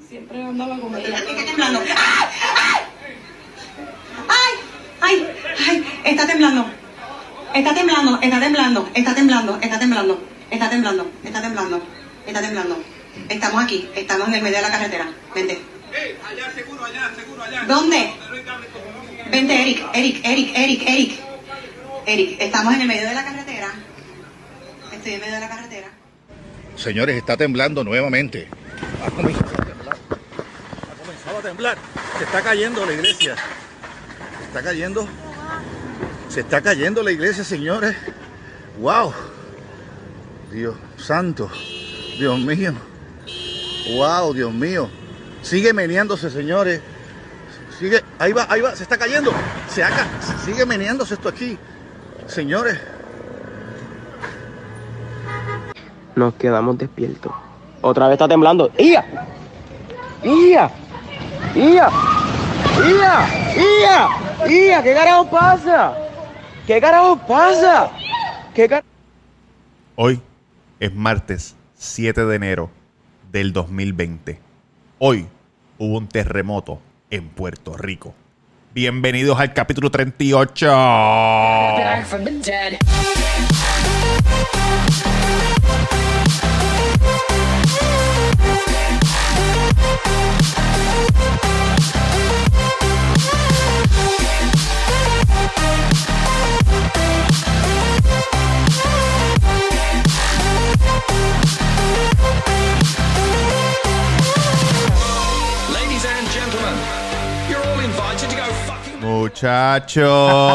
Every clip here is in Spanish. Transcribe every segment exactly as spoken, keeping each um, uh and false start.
Siempre andaba con ella. Está temblando. ¡Ay! ¡Ay! ¡Ay! Está temblando. Está temblando, está temblando, está temblando, está temblando, está temblando, está temblando, está temblando. Estamos aquí, estamos en el medio de la carretera. Vente. Eh, allá, seguro, allá, seguro, allá. ¿Dónde? Vente, Eric, Eric, Eric, Eric, Eric. Eric, estamos en el medio de la carretera. Estoy en medio de la carretera. Señores, está temblando nuevamente. Ha comenzado a temblar. Ha comenzado a temblar. Se está cayendo la iglesia. Se está cayendo. Se está cayendo la iglesia, señores. ¡Wow! Dios santo. Dios mío. ¡Wow, Dios mío! Sigue meneándose, señores. Sigue. Ahí va, ahí va. Se está cayendo. Se haga. Sigue meneándose esto aquí. Señores. Nos quedamos despiertos. Otra vez está temblando. ¡Ia! ¡Ia! ¡Ia! ¡Ia! ¡Ia! ¡Ia! ¿Qué carajo pasa? ¿Qué carajo pasa? ¿Qué car... Hoy es martes siete de enero del dos mil veinte. Hoy hubo un terremoto en Puerto Rico. Bienvenidos al capítulo treinta y ocho. Back from the dead. Muchachos.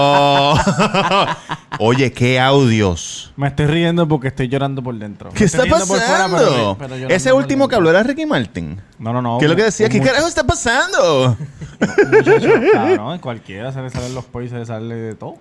Oye, qué audios. Me estoy riendo porque estoy llorando por dentro. ¿Qué está pasando? Fuera, pero, pero Ese último que habló era Ricky Martin. No, no, no. ¿Qué es lo que decía? ¿Qué mucho... carajo está pasando? Muchachos, cabrón, cualquiera se le salen los pollos y se le sale de todo.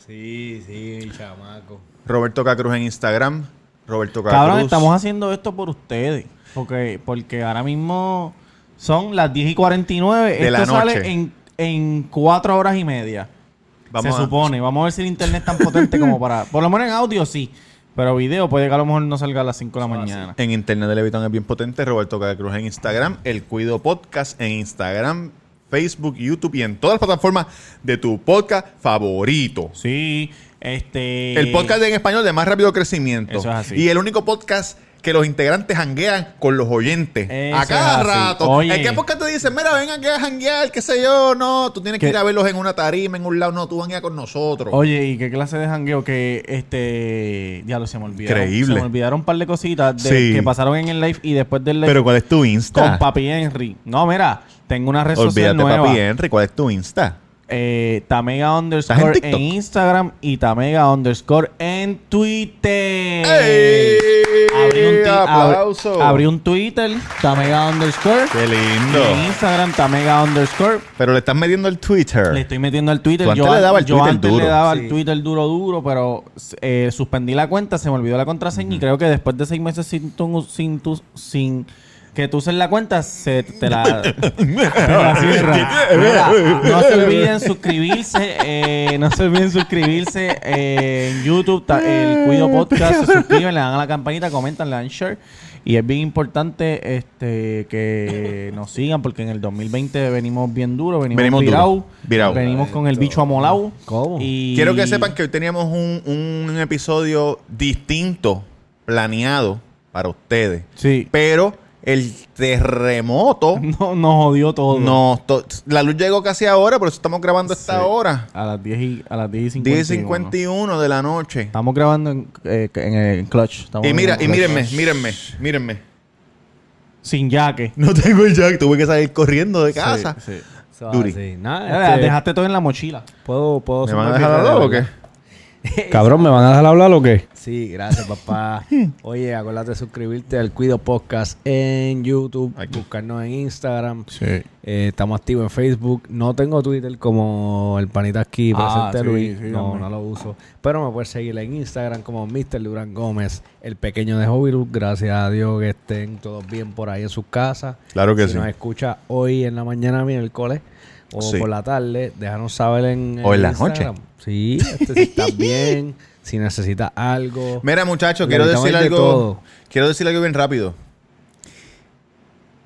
Sí, sí, chamaco. Roberto Cacruz en Instagram. Roberto Cacruz. Cabrón, estamos haciendo esto por ustedes. Porque, porque ahora mismo son las diez y cuarenta y nueve. De esto la noche. Sale en, en cuatro horas y media. Vamos se a... supone. Vamos a ver si el internet es tan potente como para... Por lo menos en audio sí. Pero video puede que a lo mejor no salga a las cinco de la mañana. En internet de Levitón es bien potente. Roberto Cacruz en Instagram. El Cuido Podcast en Instagram, Facebook, YouTube y en todas las plataformas de tu podcast favorito. Sí. Este... El podcast en español de más rápido crecimiento. Eso es así. Y el único podcast que los integrantes janguean con los oyentes. Eso a cada es rato. Oye. ¿En qué podcast te dicen, mira, ven aquí a janguear, qué sé yo? No, tú tienes que ¿Qué? ir a verlos en una tarima, en un lado. No, tú jangueas con nosotros. Oye, ¿y qué clase de jangueo? Que este... Ya lo se me olvidaron. Increíble. Se me olvidaron un par de cositas de, Sí. que pasaron en el live y después del live. Pero ¿cuál es tu Insta? Con Papi Henry. No, mira, tengo una red social Olvídate, nueva. Papi Henry. ¿Cuál es tu Insta? Eh, Tamega underscore en en, en Instagram y Tamega underscore en Twitter. ¡Ey! Abrí un, ti- ¡Aplauso! abrí, abrí un Twitter, Tamega underscore. ¡Qué lindo! Y en Instagram, Tamega underscore. Pero le estás metiendo el Twitter. Le estoy metiendo al Twitter. Tú antes yo le daba el yo Twitter antes duro. le daba Sí. el Twitter duro, duro, pero eh, suspendí la cuenta, se me olvidó la contraseña uh-huh. y creo que después de seis meses sin tu, sin tu, sin que tú uses la cuenta, se te la, te la cierran. Mira, no se olviden suscribirse, eh, no se olviden suscribirse eh, en YouTube, ta, el Cuido Podcast, se suscriben, le dan a la campanita, comentan, le dan share. Y es bien importante este que nos sigan porque en el dos mil veinte venimos bien duro, venimos, Venimos virao, duro, virao. venimos con el bicho amolado. ¿Cómo? Y... Quiero que sepan que hoy teníamos un, un episodio distinto, planeado para ustedes. Sí. Pero el terremoto No, nos jodió todo. nos to- la luz llegó casi ahora, por eso estamos grabando a esta Sí. hora. A las diez y, a las diez y cincuenta y uno. diez y cincuenta y uno de la noche. Estamos grabando en, eh, en, en Clutch. Estamos Y mira, en y Clutch. mírenme, mírenme, mírenme. Sin jaque. No tengo el jack, tuve que salir corriendo de casa. Sí, sí. So, Duri. sí. Nada, Mira, este, dejaste todo en la mochila. ¿Puedo, puedo ¿Me van a sumar dejar mi hablar red, o qué? verdad? Cabrón, ¿me van a dejar hablar o qué? Sí, gracias, papá. Oye, acuérdate de suscribirte al Cuido Podcast en YouTube, Aquí. buscarnos en Instagram. Sí. Eh, estamos activos en Facebook. No tengo Twitter como el panita aquí Ah, presente sí, Luis. sí, no, hombre. no lo uso. Pero me puedes seguir en Instagram como mister Durán Gómez, el pequeño de Hovirus. Gracias a Dios que estén todos bien por ahí en sus casas. Claro que si sí. nos escucha hoy en la mañana, miércoles, o Sí. por la tarde, déjanos saber en, O en la Instagram. noche. Sí, este, si estás bien, si necesitas algo. Mira, muchachos, Le quiero evitamos decir de algo. todo. Quiero decir algo bien rápido.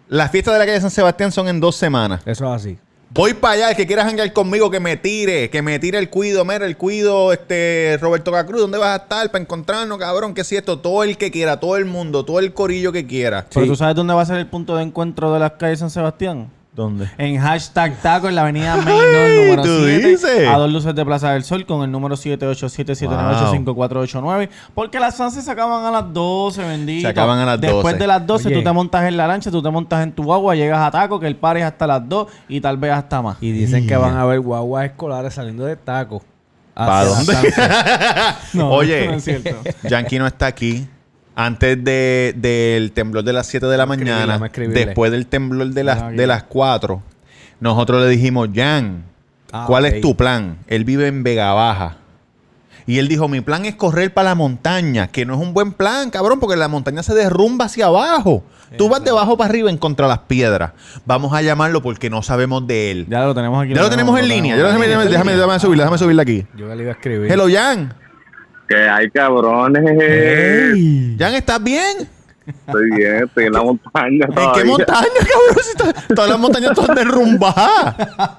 Las fiestas de la calle San Sebastián son en dos semanas. Eso es así. Voy para allá, el que quiera janguear conmigo, que me tire, que me tire el cuido, mira, el cuido, este, Roberto Cacruz, ¿dónde vas a estar para encontrarnos, cabrón? Que si esto, todo el que quiera, todo el mundo, todo el corillo que quiera. Pero Sí. tú sabes dónde va a ser el punto de encuentro de las calles San Sebastián. ¿Dónde? En hashtag taco en la avenida Maynor número ¿tú siete, dices? a dos luces de Plaza del Sol, con el número siete ocho siete, siete nueve ocho, cinco cuatro ocho nueve. Porque las fanses se acaban a las doce, bendito. Se acaban a las Después doce. de las doce, Oye. tú te montas en la lancha, tú te montas en tu guagua, llegas a taco, que el party es hasta las dos y tal vez hasta más. Y dicen que van a haber guaguas escolares saliendo de taco. ¿Para hacia dónde? la Sanse. No, Oye, no es cierto. Yankee no está aquí. Antes de, del temblor de las siete de la Me escribile, mañana, me escribile. después del temblor de las, Ah, de las cuatro, nosotros le dijimos, Jan, Ah, ¿cuál ok. es tu plan? Él vive en Vega Baja. Y él dijo, mi plan es correr para la montaña, que no es un buen plan, cabrón, porque la montaña se derrumba hacia abajo. Tú vas de abajo para arriba en contra las piedras. Vamos a llamarlo porque no sabemos de él. Ya lo tenemos aquí. Ya lo tenemos en línea. Ya lo- déjame, déjame, déjame, déjame subirla, déjame subirla aquí. Yo que le iba a escribir. Hello, Jan. Que hay cabrones. Jan, ¿estás bien? Estoy bien, estoy en la montaña. ¿En qué todavía. montaña, cabrón? Si está- todas las montañas están derrumbadas.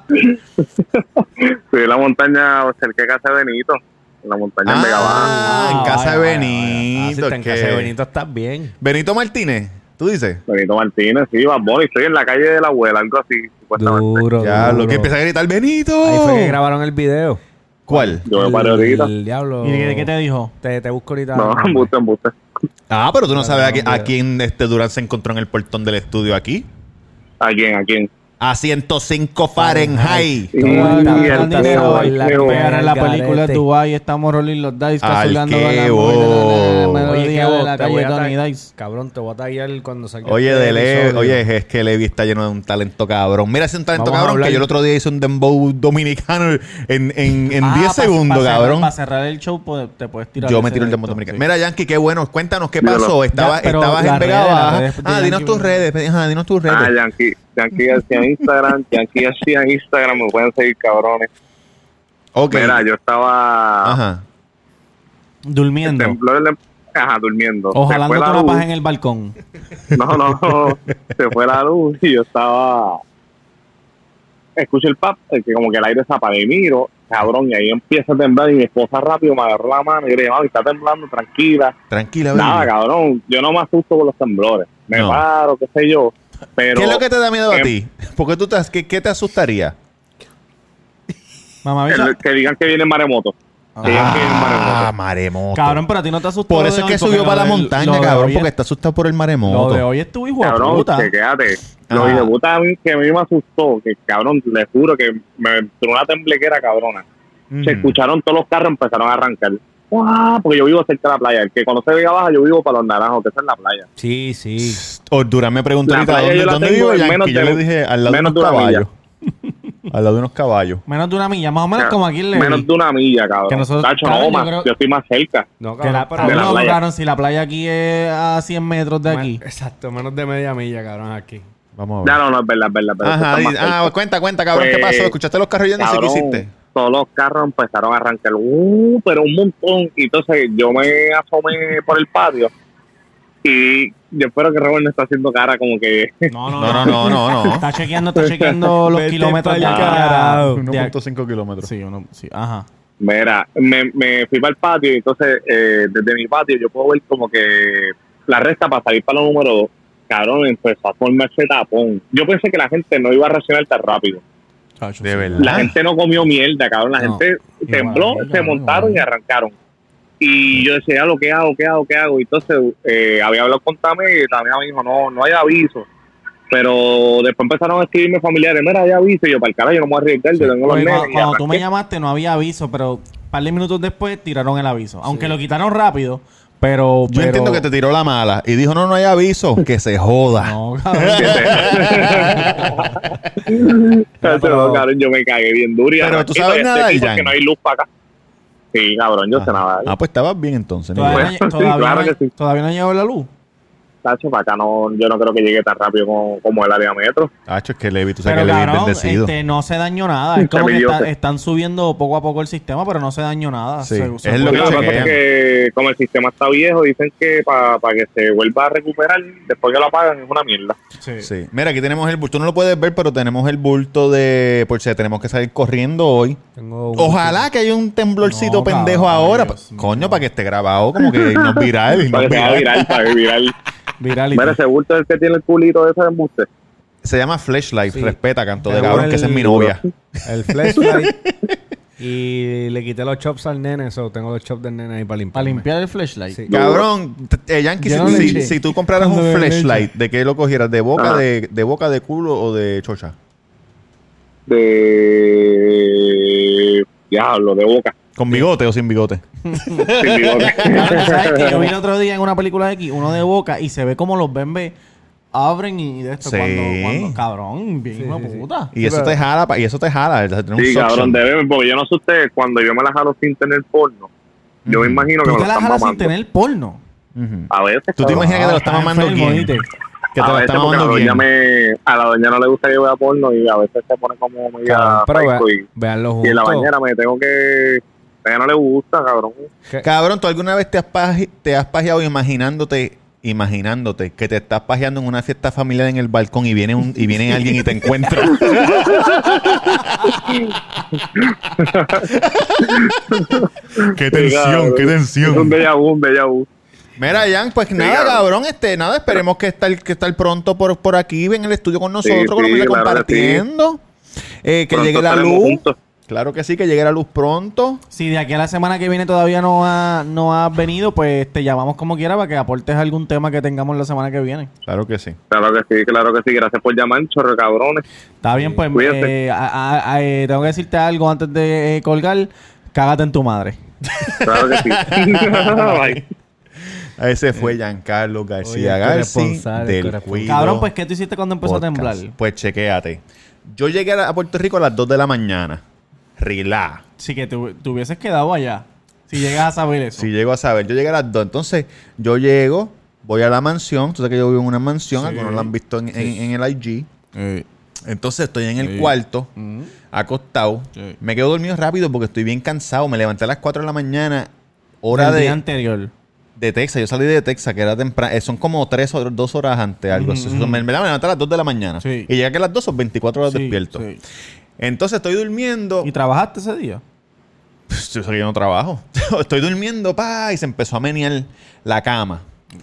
Estoy en la montaña cerca de casa de Benito. En la montaña en Vega Baja. Ah, en casa de Ay, ay, ay, Ah, si Benito. está en ¿qué? casa de Benito estás bien. Benito Martínez, ¿tú dices? Benito Martínez, sí, Bad Bunny. Estoy en la calle de la abuela, algo así, supuestamente. Duro, Ya, duro. lo que empieza a gritar, ¡Benito! Ahí fue que grabaron el video. ¿Cuál? Yo me paré ahorita. El diablo. ¿Y de qué te dijo? Te, te busco ahorita. No, embuste, embuste. Ah, pero tú no sabes a, qui- hombre. a quién este Durán se encontró en el portón del estudio aquí. ¿A quién? ¿A quién? A ciento cinco Fahrenheit. Sí, Todo el y mundo el dinero, tío, bailar, qué pegar en la garete. película de Dubai, estamos rolling los dice, Al casulando con la quebo. melodía Oye, de qué la vos, te calle voy a Tony tag- Dice. Cabrón, te voy a taggear cuando salga. Oye, este de Levi, episodio. oye, es que Levi está lleno de un talento cabrón. Mira, ese un talento Vamos a cabrón hablar- que yo el otro día hice un dembow dominicano en, en, en Ah, diez pa- segundos, pa cerrar- cabrón. Para cerrar el show pues, te puedes tirar. Yo me ese tiro el de dembow esto, dominicano. sí. Mira, Yankee, qué bueno. Cuéntanos qué Dímelo. pasó. Estaba, Ya, pero estabas en las Vega redes, las Baja. redes de Ah, dinos Yankee, tus redes. Ajá, dinos tus redes. Ah, Yankee. Yankee García en Instagram. Yankee García en Instagram. Me pueden seguir, cabrones. Ok. Mira, yo estaba... Ajá. Durmiendo. temblor de- Ajá, durmiendo. O Se jalando fue la una luz. paja en el balcón. No, no, no. Se fue la luz y yo estaba... Escucho el pap, eh, que como que el aire se apaga y miro, cabrón, y ahí empieza a temblar y mi esposa rápido me agarró la mano y yo le dije, mami, está temblando, tranquila. Tranquila, Nada, baby. cabrón, yo no me asusto por los temblores. Me No. paro, qué sé yo. Pero ¿Qué es lo que te da miedo a em, ti? ¿Por qué tú te, qué, qué te asustaría? Mamá, el- que digan que viene maremoto. Que digan que viene Ah, maremoto. maremoto. cabrón, pero a ti no te asustó. Por lo eso de es que hoy, subió porque para lo la del- montaña, lo de cabrón, hoy porque es- está asustado por el Lo maremoto. de hoy estuvo hijo de Cabrón, puta. que quédate. Lo Ajá. dije, puta, a mí, que a mí me asustó, que cabrón, le juro que me entró una temblequera cabrona. Mm. Se escucharon todos los carros, empezaron a arrancar. ¡Guau! Porque yo vivo cerca de la playa. El que conoce Vega Baja, yo vivo para los naranjos, que esa es la playa. Sí, sí. O Durán me preguntó La ahorita playa dónde, yo la dónde tengo vivo en Yankee. menos Yo de- le dije al lado de menos unos de una milla. caballos. Al lado de unos caballos. Menos de una milla, más o menos como aquí en Levi. Menos de una milla, cabrón. Que nosotros- Tacho, cabrón, no, yo más, creo- yo estoy más cerca. No, Que la, cabrón, de la no, playa. cabrón, si la playa aquí es a cien metros de aquí. Exacto, menos de media milla, cabrón, aquí. Vamos a ver. Ya no, no, es verdad, es verdad. Pero Ajá, tú di- estás más ah, cerca. cuenta, cuenta, cabrón, ¿qué Pues, pasó? ¿Escuchaste los carros yendo y qué Cabrón, hiciste? todos los carros empezaron a arrancar, uh, pero un montón. Y entonces yo me asomé por el patio y yo espero que Robert no está haciendo cara como que... No, no, No, no, no, no, no. Está chequeando, está chequeando los Vete kilómetros de pa'l aquí. carajo. de uno aquí. punto cinco kilómetros. Sí, uno, sí, ajá. Mira, me, me fui para el patio y entonces eh, desde mi patio yo puedo ver como que la recta para salir para la número dos, cabrón, empezó a formarse tapón. Yo pensé que la gente no iba a reaccionar tan rápido. De verdad. La gente no comió mierda, cabrón. La No. gente tembló, maravilla, se qué montaron y maravilla. arrancaron. Y yo decía, lo que hago, qué hago, qué hago. Y entonces eh, había hablado con Tame y Tame me dijo, no, no hay aviso. Pero después empezaron a escribirme familiares, mira, hay aviso. Y yo, para el carajo, yo no me voy a arriesgar, yo tengo los Oye, nenes. cuando, y cuando tú me arranqué. llamaste no había aviso, pero un par de minutos después tiraron el aviso. Aunque lo quitaron rápido, pero... Yo pero- entiendo que te tiró la mala y dijo, no, no hay aviso, que se joda. No, cabrón. Eso, no, cabrón, yo me cagué bien duro. y Pero arranqué, tú sabes todavía nadar, estoy Jan. porque no hay luz para acá. Sí, cabrón, yo sé nada. Ah, pues estabas bien entonces. ¿no? Todavía, Bueno, no- todavía, claro no, que sí. todavía no llegó la luz. tacho, para acá no, yo no creo que llegue tan rápido como, como el área metro. Tacho, es que Levi, tú sabes Pero que Levi es cabrón, bendecido. este, no se dañó nada. Es como que Envidioso. está- están subiendo poco a poco el sistema, pero no se dañó nada. Sí, Se- se es lo puede- que Lo que pasa chequean. es que como el sistema está viejo, dicen que para que se vuelva a recuperar, después que lo apagan, es una mierda. Sí. Sí. Mira, aquí tenemos el bulto. Tú no lo puedes ver, pero tenemos el bulto de... Por si tenemos que salir corriendo hoy. Tengo un- Ojalá que haya un temblorcito No, pendejo cabrón, ahora. Dios mío. Coño, para que esté grabado como que no es viral. no Para es que sea viral. viral, para que viral. Virality. Mira, ese bulto es el que tiene el culito de ese de embuste. Se llama Flashlight. Sí. Respeta, canto de Pero cabrón, el- que esa es mi novia. El flashlight. Y le quité los chops al nene, so tengo los chops del nene ahí para limpiar. Para limpiar el flashlight. Sí. Cabrón, t- eh, Yankee, Yo si, no le si- eché. si tú compraras Cuando un bebé le flashlight, ¿de qué lo cogieras? ¿De boca, Ajá. de, de boca, de culo o de chocha? De... Diablo, de boca. ¿Con bigote o sin bigote? Sin bigote. Cabrón, ¿sabes qué? Yo vi el otro día en una película de aquí, uno de boca, y se ve como los bembes abren y de esto Sí. cuando, cuando, cabrón, bien Sí, una sí, sí. puta. Y eso te jala, pa- y eso te jala. o sea, tiene un Sí, suction. cabrón, debe, porque yo no sé ustedes, cuando yo me la jalo sin tener porno, yo me Ujú. imagino que Tú me lo te la están jalas sin mamando. tener porno. Ujú. A veces. ¿Tú te cabrón. imaginas que te lo está Ah, mamando enfermo, quién? ¿viste? Que te a lo veces está porque a la mamando doña quién. me, a la doña no le gusta que yo vea porno y a veces se pone como media Cabrón, pero vea- psycho y, veanlo y juntos. en la bañera me tengo que a ella no le gusta, cabrón. ¿Qué? Cabrón, ¿tú alguna vez te has, paji- te has pajeado imaginándote, imaginándote que te estás pajeando en una fiesta familiar en el balcón y viene un, y viene alguien y te encuentra? qué tensión, qué Es un tensión. déjà vu, un déjà vu. Mira, Jan, pues nada, cabrón. cabrón, este, nada, esperemos que estar, que estar pronto por, por aquí, en el estudio con nosotros, Sí, con sí, la claro que compartiendo. Eh, que Pronto llegue la estaremos luz. juntos. Claro que sí, que llegue la luz pronto. Si de aquí a la semana que viene todavía no ha, no has venido, pues te llamamos como quiera para que aportes algún tema que tengamos la semana que viene. Claro que sí. Claro que sí, claro que sí. Gracias por llamar, chorro cabrones. Está bien, pues Cuídate. eh, a- a- a- eh, tengo que decirte algo antes de eh, colgar. Cágate en tu madre. Claro que sí. Bye. Ese fue Giancarlo García Oye, García corresponsal, del corresponsal. Cuido Cabrón, pues ¿qué tú hiciste cuando empezó Podcast. a temblar? Pues chequéate. Yo llegué a Puerto Rico a las dos de la mañana. Relax. Sí, que te, te hubieses quedado allá. Si llegas a saber eso. Si llego a saber, yo llegué a las dos. Entonces, yo llego, voy a la mansión. Tú sabes que yo vivo en una mansión. Sí. Algunos la han visto en, en- en el I G. Eh, Entonces, estoy en el Sí. cuarto, mm, acostado. Sí. Me quedo dormido rápido porque estoy bien cansado. Me levanté a las cuatro de la mañana. Hora del de, día anterior. de Texas. Yo salí de Texas, que era temprano. eh, son como tres o dos horas antes, algo así. Ujú. Me, me levanté a las dos de la mañana. Sí. Y llegué aquí a las dos, son veinticuatro horas Sí, despierto. sí. Entonces, estoy durmiendo. ¿Y trabajaste ese día? Pues, yo sé que yo no trabajo. Estoy durmiendo, pa, y se empezó a menear la cama.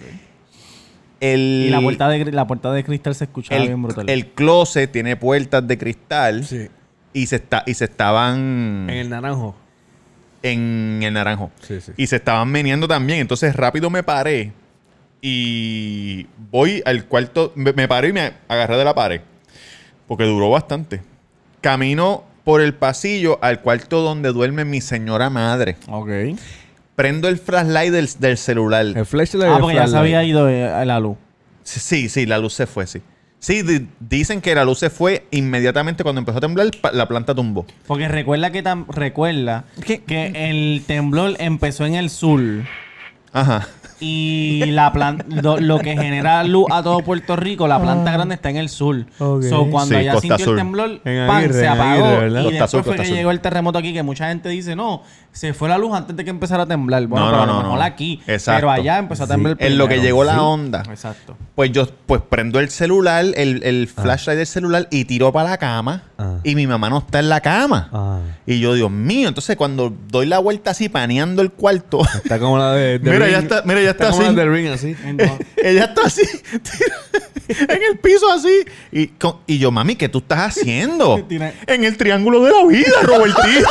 El, Y la puerta de, la puerta de cristal se escuchaba el, bien brutal. el closet tiene puertas de cristal Sí. y se está y se estaban En el naranjo. en el naranjo. Sí, sí. Y se estaban meneando también. Entonces rápido me paré y voy al cuarto. Me, me paré y me agarré de la pared. Porque duró bastante. Camino por el pasillo al cuarto donde duerme mi señora madre. Ok. Prendo el flashlight del, del celular. El flashlight. Ah, el porque ya se flashlight. había ido eh, a la luz. Sí, sí, la luz se fue, sí. Sí, di- dicen que la luz se fue inmediatamente cuando empezó a temblar, pa- la planta tumbó. Porque recuerda que tam- recuerda que el temblor empezó en el sur Ajá. y la plan- lo, lo que genera luz a todo Puerto Rico, la planta grande está en el sur. Ok. So, cuando Sí, allá Costa sintió Sur. el temblor, En ¡pam! Aguirre, se en apagó. Aguirre, ¿verdad? Y Costa después Sur, fue Costa que Sur. llegó el terremoto aquí, que mucha gente dice, no, se fue la luz antes de que empezara a temblar. Bueno, No, pero no, a lo no, mejor no. aquí. Exacto. Pero allá empezó a temblar En lo que primero. llegó la Sí. onda. Exacto. Pues yo pues prendo el celular, el, el flashlight del celular y tiro para la cama. Ah. Y mi mamá no está en la cama. Ah. Y yo, Dios mío, entonces cuando doy la vuelta así, paneando el cuarto, Está como la de. de Mira, Ring. ya está- mira, ya está como así. la de Ring así. ella está así, en el piso así. Y, con- y yo, mami, ¿qué tú estás haciendo? Tiene- En el triángulo de la vida, Robertito.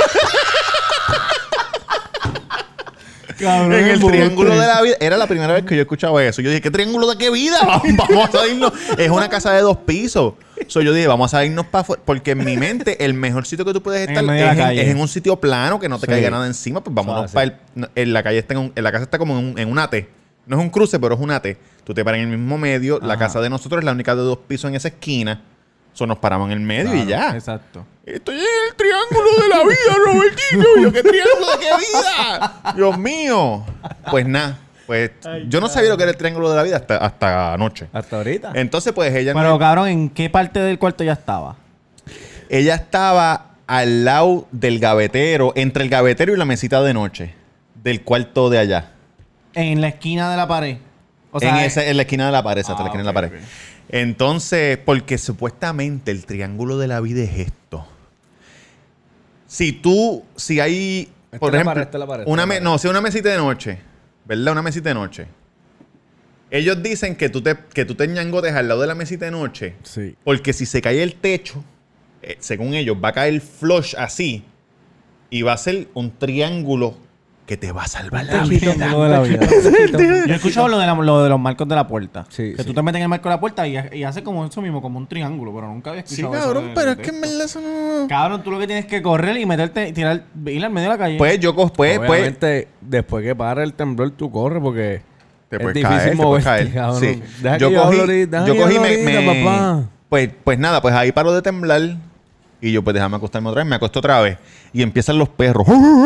Cabrón, En el embuste. triángulo de la vida. Era la primera vez que yo escuchaba eso. Yo dije, ¿qué triángulo de qué vida? Vamos, vamos a salirnos. Es una casa de dos pisos. So, yo dije, vamos a salirnos para afuera. Porque en mi mente, el mejor sitio que tú puedes En estar el medio es, de la en, calle. es en un sitio plano que no te Sí. caiga nada encima. Pues vámonos Ah, sí. para el. En la calle está en, un- en la casa está como en, un, en una T. No es un cruce, pero es una T. Tú te paras en el mismo medio. La Ajá. casa de nosotros es la única de dos pisos en esa esquina. So, nos paramos en el medio y Claro, ya. Exacto. Estoy en el triángulo de la vida, Robertito. Yo, ¿qué triángulo de qué vida? Dios mío. Pues nada. Pues Pues yo no sabía lo que era el triángulo de la vida hasta, hasta anoche. Hasta ahorita. Entonces, pues ella... Pero, cabrón, ¿en qué parte del cuarto ya estaba? Ella estaba al lado del gavetero, entre el gavetero y la mesita de noche, del cuarto de allá. En la esquina de la pared. O sea, en, eh, esa, en la esquina de la pared, exacto, Ah, en la esquina ok, de la pared. ok. Entonces, porque supuestamente el triángulo de la vida es esto. Si tú, si hay, Esta por es la ejemplo, pared, esta es la pared, esta una es la me- pared. no, si una mesita de noche, ¿verdad? Una mesita de noche. Ellos dicen que tú te, que tú te ñangotes al lado de la mesita de noche, Sí. porque si se cae el techo, eh, según ellos, va a caer flush así y va a ser un triángulo que te va a salvar la vida. Triángulo de la vida. Yo he escuchado lo de, la- lo de los marcos de la puerta. Sí, que sí. tú te metes en el marco de la puerta y, y hace como eso mismo, como un triángulo, pero nunca había Sí, escuchado eso cabrón, de- pero es de que en esto. verdad eso no... Cabrón, tú lo que tienes que correr y meterte, y tirar, ir al medio de la calle. Pues yo, co- pues, pues, Obviamente, después que para el temblor, tú corres porque te es puedes difícil caer, te puedes moverte, caer. cabrón. Sí. Deja Yo que yo cogí, hable ahorita, deja yo que yo cogí hable me, ahorita, me- papá. Pues, pues nada, pues ahí paro de temblar y yo pues déjame acostarme otra vez, me acuesto otra vez y empiezan los perros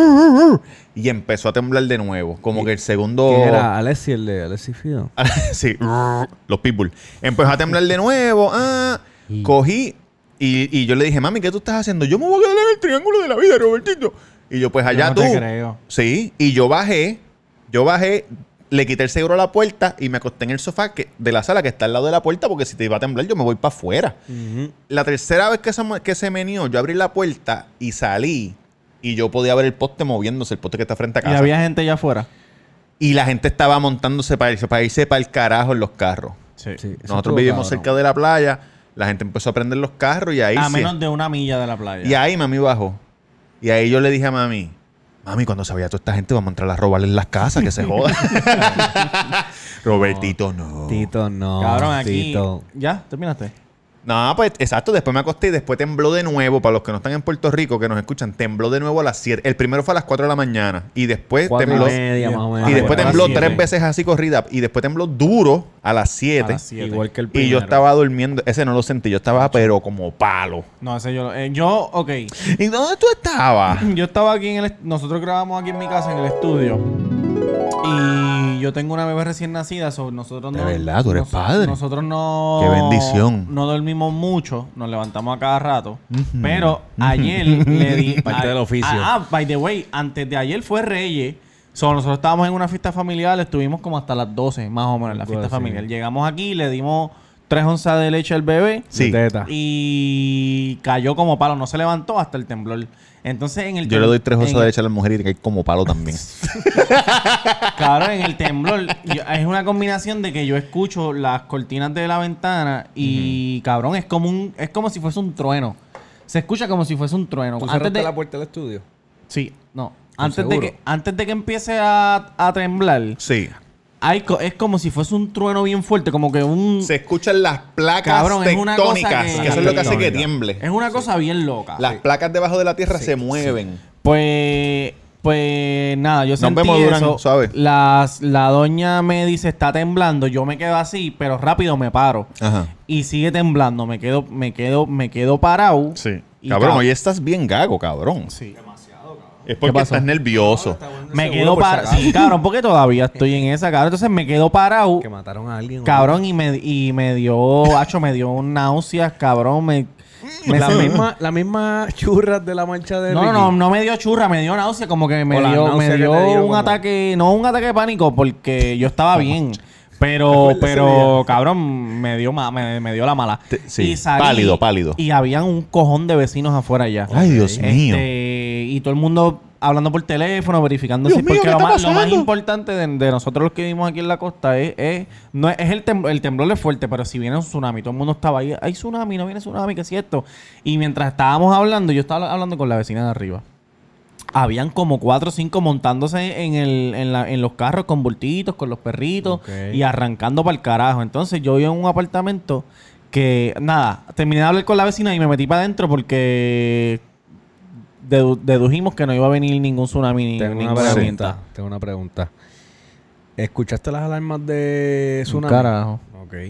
y empezó a temblar de nuevo, como que el segundo... ¿Quién era? Alessi, el de Alessi Fido. sí, los pitbull. Empezó a temblar de nuevo, ah, cogí y, y yo le dije, mami, ¿qué tú estás haciendo? Yo me voy a quedar en el triángulo de la vida, Robertito. Y yo, pues allá no tú. te creo. Sí, y yo bajé, yo bajé, le quité el seguro a la puerta y me acosté en el sofá que, de la sala que está al lado de la puerta porque si te iba a temblar yo me voy para afuera. La tercera vez que se, mo- que se meneó, yo abrí la puerta y salí y yo podía ver el poste moviéndose, el poste que está frente a Y casa. había gente allá afuera. Y la gente estaba montándose para irse para, irse para el carajo en los carros. Sí. Sí, eso Nosotros estuvo vivimos cabrón. cerca de la playa, la gente empezó a prender los carros y ahí A sí- menos de una milla de la playa. y ahí mami bajó. Y ahí yo le dije a mami, mami, cuando se vaya toda esta gente vamos a entrar a robarles las casas, que se joda. Robertito, no. Tito, no. Cabrón, aquí. Tito. ¿Ya? ¿Terminaste? No, pues exacto, después me acosté y después tembló de nuevo. Para los que no están en Puerto Rico, que nos escuchan, tembló de nuevo a las siete. El primero fue a las cuatro de la mañana. Y después Cuatro tembló. y media, más o menos. Y después a las tembló siete. tres veces así corrida. Y después tembló duro a las A siete. las siete. Igual que el Y primero. yo estaba durmiendo. Ese no lo sentí. Yo estaba, pero como palo. No, ese yo... lo- eh, yo, ok. ¿Y dónde tú estabas? Yo estaba aquí en el... est- Nosotros grabamos aquí en mi casa, en el estudio. Y yo tengo una bebé recién nacida. So nosotros De no... verdad, tú eres nos- padre. Nosotros no... Qué bendición. No dormimos mucho. Nos levantamos a cada rato. Pero ayer le di... Parte a- del oficio. Ah, ah, by the way, antes de ayer fue Reyes. So, nosotros estábamos en una fiesta familiar. Estuvimos como hasta las doce, más o menos, en la fiesta Pues, sí. familiar. Llegamos aquí, le dimos tres onzas de leche al bebé. Sí. De teta. Y cayó como palo, no se levantó hasta el temblor. Entonces en el Yo le doy tres en onzas el- de leche a la mujer y te cae como palo también. Cabrón, en el temblor yo- es una combinación de que yo escucho las cortinas de la ventana y cabrón, es como un es como si fuese un trueno. Se escucha como si fuese un trueno. ¿Tú Antes cerraste de la puerta del estudio? Sí, no. Antes de seguro? que antes de que empiece a, a temblar, Sí. hay co- es como si fuese un trueno bien fuerte, como que un Se escuchan las placas Cabrón, es una cosa tectónicas, que- que, eso es lo que hace que Tectónica. tiemble. es una cosa bien loca. Las placas debajo de la tierra se mueven. Pues, pues nada, yo Nos sentí vemos, Durán, eso. suave. Las- la doña me dice, está temblando. Yo me quedo así, pero rápido me paro. Ajá. Y sigue temblando. Me quedo, me quedo, me quedo parado. Sí. Y Cabrón, cab- hoy estás bien gago, cabrón. Sí. Es porque pasó? estás nervioso. Me Seguro, quedo por si parado. acaso. Sí, cabrón, porque todavía estoy en esa, cabrón. Entonces me quedo parado. Que mataron a alguien. Cabrón, y me, y me dio, hacho, me dio náuseas, cabrón. Me, me La se- misma, la misma churras de la mancha de No, no, Ricky. no, no me dio churra, me dio náusea, como que me O la dio, náusea me que dio te dio un como- ataque, no un ataque de pánico, porque yo estaba bien. Pero, pero, cabrón, me dio ma- me, me dio la mala. Te- sí, Y salí, pálido, pálido. Y habían un cojón de vecinos afuera ya. Ay, Dios mío. Este, y todo el mundo hablando por teléfono, verificando Dios si mío, porque ¿qué lo está más, lo más pasando? importante de, de nosotros los que vivimos aquí en la costa es, es no es, es el, tem- el temblor es fuerte, pero si viene un tsunami, todo el mundo estaba ahí, hay tsunami, no viene tsunami, ¿qué es cierto? Y mientras estábamos hablando, yo estaba hablando con la vecina de arriba. Habían como cuatro o cinco montándose en, el, en, la- en los carros con bultitos, con los perritos Ok. y arrancando para el carajo. Entonces yo vivo en un apartamento que, nada, terminé de hablar con la vecina y me metí para adentro porque dedu- dedujimos que no iba a venir ningún tsunami ni Tengo una ninguna pregunta. tormenta. Tengo una pregunta. ¿Escuchaste las alarmas de tsunami? carajo. Ok.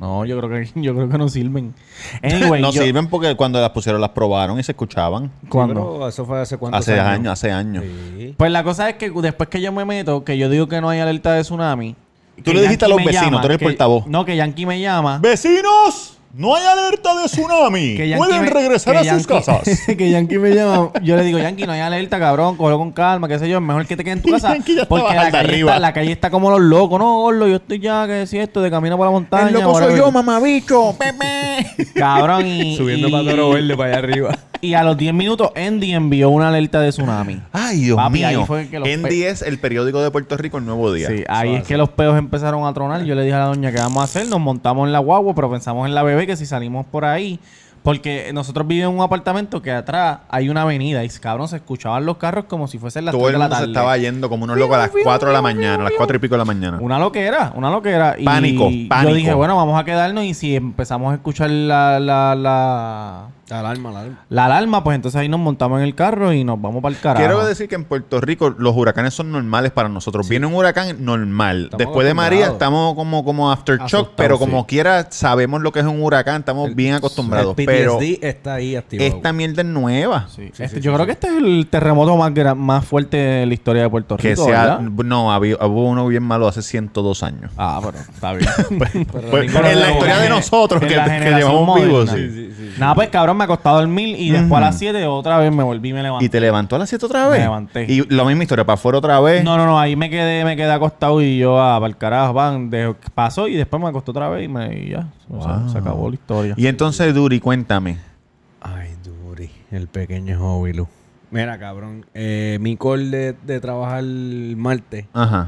No, yo creo que yo creo que no sirven. Anyway, no yo- sirven porque cuando las pusieron las probaron y se escuchaban. ¿Cuándo? Pero eso fue hace cuántos Hace años, hace años. Sí. Pues la cosa es que después que yo me meto, que yo digo que no hay alerta de tsunami. Tú que le dijiste a Yankee los me vecinos, llama, tú eres el que- portavoz. No, que Yankee me llama. ¡Vecinos! ¡No hay alerta de tsunami! Que Yankee ¡Pueden me- regresar que a sus Yankee- casas! que Yankee me llama. Yo le digo, Yankee, no hay alerta, cabrón. Cógelo con calma, qué sé yo. Es mejor que te quedes en tu Y casa. Yankee ya Porque estaba la alta calle, arriba. está, la calle está como los locos. No, gordo, yo estoy ya, que si esto, de camino por la montaña. whatever. mamabicho. Pepe. Cabrón, y... Subiendo y, para Toro Verde para allá arriba. Y a los diez minutos, Andy envió una alerta de tsunami. Ay, Dios Papi, ahí mío. fue que los En pe- diez, el periódico de Puerto Rico, El Nuevo Día. Sí, ahí es que los peos empezaron a tronar. Yo le dije a la doña, ¿qué vamos a hacer? Nos montamos en la guagua, pero pensamos en la bebé que si salimos por ahí... Porque nosotros vivimos en un apartamento que atrás hay una avenida y, cabrón, se escuchaban los carros como si fuesen las Todo tres el de la mundo se tarde. estaba yendo como unos locos a las cuatro de la mañana, a las cuatro y pico de la mañana. Una loquera, una loquera. Y Pánico, pánico. Yo dije, bueno, vamos a quedarnos y si empezamos a escuchar la, la, la, La alarma, la alarma. la alarma, pues entonces ahí nos montamos en el carro y nos vamos para el carajo. Quiero decir que en Puerto Rico los huracanes son normales para nosotros. Viene un huracán normal. Estamos Después de María acostumbrados. estamos como, como aftershock, Asustados, pero como sí. quiera sabemos lo que es un huracán, estamos bien acostumbrados. El P T Pero S D está ahí activado. esta mierda es nueva. Sí. Sí, Este- sí, yo sí, creo sí. que este es el terremoto más, gra- más fuerte de la historia de Puerto Que Rico, sea, ¿verdad? no, había, hubo uno bien malo hace ciento dos años. Ah, pero está bien. Pues, ninguno en de la los historia de gener- nosotros, en que, la que generación llevamos vivos. moderna. sí. Nada, pues cabrón, me acostó a dormir y después a las siete otra vez me volví y me levanté. Y te levantó a las siete otra Me vez. levanté. Y la misma historia, para afuera otra vez. No, no, no, ahí me quedé, me quedé acostado y yo, ah, para el carajo, van, de- pasó y después me acostó otra vez y, me, y ya, o sea, Wow. se acabó la historia. Y entonces, Duri, cuéntame. Ay, Duri, el pequeño Jovilu. Mira, cabrón, eh, mi call de, de trabajar el martes Ajá.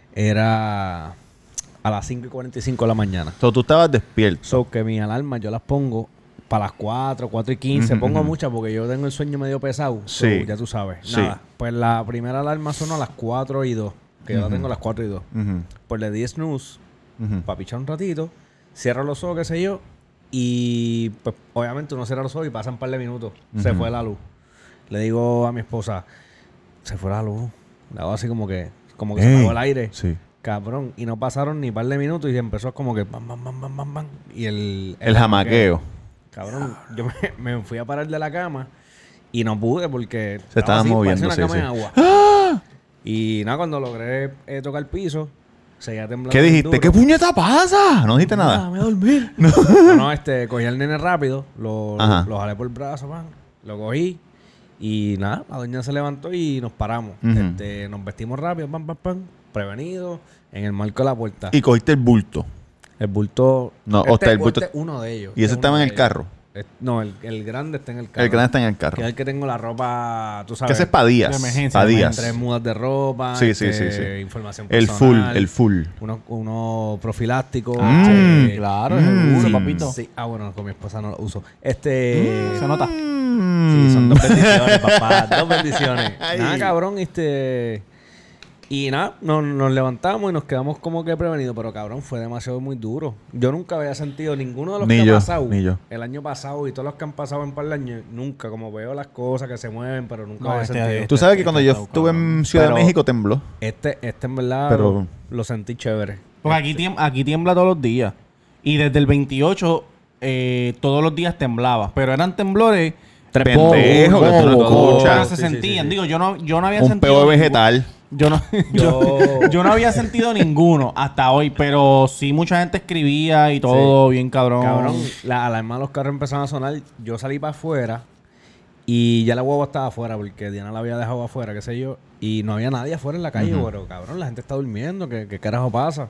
era a las cinco y cuarenta y cinco de la mañana. So, tú estabas despierto. So que mis alarmas yo las pongo para las cuatro, cuatro y quince. Ujú, Pongo ujú. muchas porque yo tengo el sueño medio pesado. So, Sí. ya tú sabes. Sí. Nada. Pues la primera alarma sonó a las cuatro y dos. Que yo la tengo a las cuatro y dos. Ujú, Pues le di snooze ujú. para pichar un ratito. Cierro los ojos, qué sé yo. Y pues obviamente uno cierra los ojos y pasan un par de minutos. Se Ujú. fue la luz. Le digo a mi esposa, se fue la luz. Le hago así como que, como que se Ey. apagó el aire. Sí. Cabrón. Y no pasaron ni par de minutos y empezó como que bam, bam, bam, bam, bam, bam. Y el... El jamaqueo. Cabrón, yo me, me fui a parar de la cama y no pude porque... Se estaba así, moviendo, parecía sí, una cama sí. en agua. Y nada, cuando logré eh, tocar el piso, seguía temblando. ¿Qué bien dijiste? duro. ¿Qué puñeta pasa? No dijiste nada. Me dormir. No, no, este, cogí al nene rápido, lo, Ajá. lo jalé por el brazo, man, lo cogí y nada, la doña se levantó y nos paramos. Ujú. Este, nos vestimos rápido, pam, pam, pam, prevenidos, en el marco de la puerta. Y cogiste el bulto. El bulto... No, o sea, el bulto- este es uno de ellos. Y ese Este es estaba uno en de el carro. ellos. Es- no, el, el grande está en el carro. El grande está en el carro. Que es el que tengo la ropa, tú Que sabes. ese es para días. de emergencia, Para de días. Tres mudas de ropa. Sí, sí, este, sí, sí. Información El full, personal, el full. Uno, uno profiláctico. Ah, este, Claro, Mm. seguro, Sí. papito. Sí. Ah, bueno, con mi esposa no lo uso. Este... Se nota. Sí, son dos bendiciones, papá. Dos bendiciones. Ay. Nada, cabrón, este... Y nada, nos, nos levantamos y nos quedamos como que prevenidos. Pero, cabrón, fue demasiado muy duro. Yo nunca había sentido ninguno de los Ni que yo, ha pasado. ni yo. El año pasado y todos los que han pasado en par de años. Nunca, como veo las cosas que se mueven, pero nunca No, había este- sentido. este- Tú sabes que cuando yo está estuve cabrón. en Ciudad Pero- de México tembló. Este, este en verdad Pero- lo, lo sentí chévere. Porque aquí, tiem- aquí tiembla todos los días. Y desde el veintiocho, eh, todos los días temblaba. Pero eran temblores... Pendejo, que tú no Pero escuchas. se Sí, sí, sentían. sí, sí. Digo, yo no, yo no había Un sentido... peo ningún- vegetal. Yo no, yo, Yo- yo no había sentido ninguno hasta hoy, pero sí mucha gente escribía y todo bien cabrón. Cabrón, la alarma de los carros empezaron a sonar. Yo salí para afuera y ya la huevo estaba afuera porque Diana la había dejado afuera, qué sé yo. Y no había nadie afuera en la calle, Ujú. pero cabrón, la gente está durmiendo. ¿Qué, qué carajo pasa?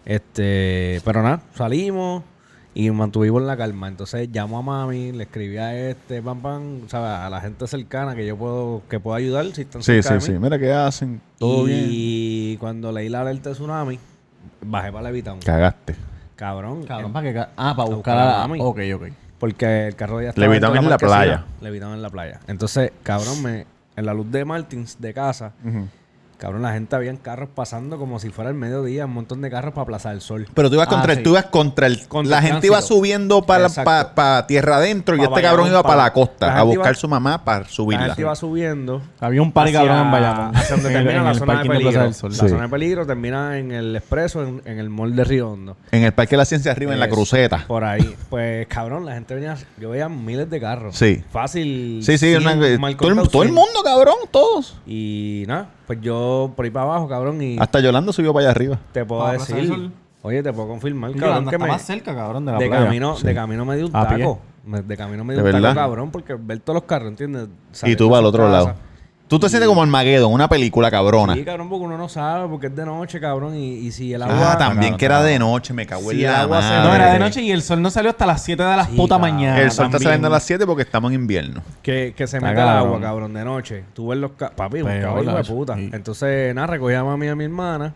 Este, pero nada, salimos y mantuvimos la calma. Entonces llamo a mami, le escribí a este, pam, pam, o sea, a la gente cercana que yo puedo, que puedo ayudar si están Sí, cerca sí, de sí. mí. Mira qué hacen. Todo bien. Y cuando leí la alerta de tsunami, bajé para Levitown. Cagaste. Cabrón. Cabrón, eh, ¿para qué? ca- Ah, para a buscar buscar a a la... mami. Ok, ok. Porque el carro ya estaba Levitown dentro de en la marquesina. playa. Levitown en la playa. Entonces, cabrón, me, en la luz de Martins de casa, Ujú. Cabrón, la gente había carros pasando como si fuera el mediodía, un montón de carros para Plaza del Sol. Pero tú ibas Ah, contra sí. el, tú ibas contra el, Contra la el gente iba tránsito. subiendo para Exacto. pa, pa tierra adentro y Pa este Bayamón, cabrón iba pa- para la costa la a gente buscar iba- su mamá para La subirla. gente iba subiendo. Había un par de hacia- cabrones en Bayamón. Hacia donde En el- termina en la el zona de parking de Plaza peligro. del Sol. La Sí. zona de peligro termina en el expreso, en, en el mall de Río Hondo. En el Parque de la Ciencia arriba, en la Eso, cruceta. Por ahí. Pues, cabrón, la gente venía... Yo veía miles de carros. Sí. Fácil. Sí, sí, cien, una- mal todo, el, contado, todo el cien. mundo, cabrón, todos. Y nada, pues yo por ahí para abajo, cabrón, y Hasta Yolanda subió para allá arriba. te puedo Para Plaza del decir... Sol. Oye, te puedo confirmar, Yolanda cabrón, que está me... más cerca, cabrón, de la de playa. camino, Sí. de camino me dio un A pie. taco. Me- De camino me dio ¿De un verdad? taco, cabrón, porque ver todos los carros, ¿entiendes? Y Saliendo tú vas al de su otro casa. lado. Tú te sientes como Armageddon, una película cabrona. Sí, cabrón, porque uno no sabe, porque es de noche, cabrón, y, y si el agua... Ah, también que era de noche, me cago en Si el la agua se- madre. No, era de Madre. noche y el sol no salió hasta las siete de las Sí, putas cabrón. mañana. El sol está también. saliendo a las siete porque estamos en invierno. Que, que se Está mete el cabrón. agua, cabrón, de noche. Tú ves los... ca- Papi, un Peor, cabrón hijo de eso, puta. sí. Entonces, nada, recogí a mami y a mi hermana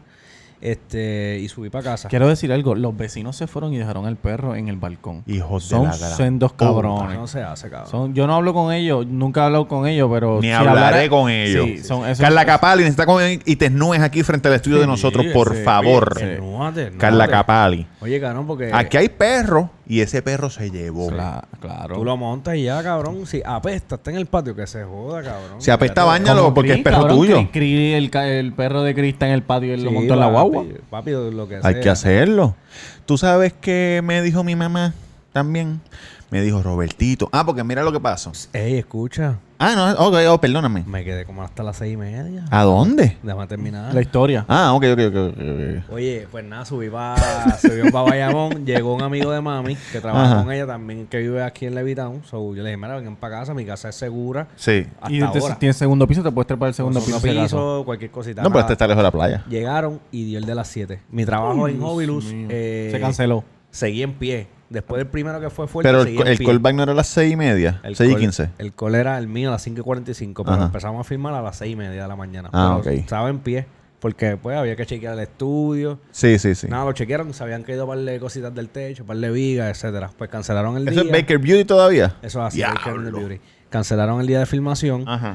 este y subí para casa. Quiero decir algo. Los vecinos se fueron y dejaron al perro en el balcón. Hijos de Son la gran sendos puta. cabrones. No se hace, cabrón. Son, yo no hablo con ellos, nunca he hablado con ellos, pero... Ni si hablaré hablara- con ellos. Sí, son esos- Carla Capali, necesita comer y te esnúes aquí frente al estudio de nosotros, por sí, favor. sí. Desnúdate, Carla desnúdate. Capali. Oye, cabrón, porque... Aquí hay perro y ese perro se llevó. Cla- claro. Tú lo montas y ya, cabrón. Si apesta, está en el patio, que se joda, cabrón. Si apesta, Fíjate. báñalo Como porque es Chris, perro cabrón, tuyo. Chris- Chris, el, ca- el perro de Chris está en el patio y él lo Sí, montó en la papi, guagua. Papi, lo que Hay sea. que hacerlo. ¿Tú sabes qué me dijo mi mamá también? Me dijo Robertito. Ah, porque mira lo que pasó. Ey, escucha. Ah, no, ok, oh, perdóname. Me quedé como hasta las seis y media. ¿A dónde? Déjame terminar. La historia. Ah, ok, ok, ok. ok. Oye, pues nada, subí para subí pa Bayamón. Llegó un amigo de mami que trabaja Ajá. con ella también, que vive aquí en Levitown. So, yo le dije, mira, vengan para casa, mi casa es segura. Sí. Hasta Y ahora. tienes segundo piso, te puedes trepar el segundo Segundo piso. si acaso. piso, cualquier cosita. No, pero nada. este está lejos de la playa. Llegaron y dio el de las siete. Mi trabajo en Hobilus mío. eh, Se canceló. seguí en pie. Después del primero que fue fuerte, Pero el, seguí en el pie. callback no era a las seis y media, El seis y call- quince. El call era el mío a las cinco y cuarenta y cinco, pero Ajá. empezamos a firmar a las seis y media de la mañana. Ah, pero ok. estaba en pie, porque pues había que chequear el estudio. Sí, sí, sí. Nada, lo chequearon, se habían caído un par de cositas del techo, un par de vigas, etcétera. Pues cancelaron el ¿Eso día. es Baker Beauty todavía? Eso es así, Diablo. Baker and the Beauty. Cancelaron el día de filmación. Ajá.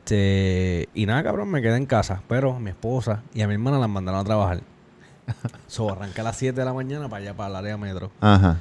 Este, y nada, cabrón, me quedé en casa. Pero a mi esposa y a mi hermana las mandaron a trabajar. So, arranqué a las siete de la mañana para allá, para el área metro. Ajá.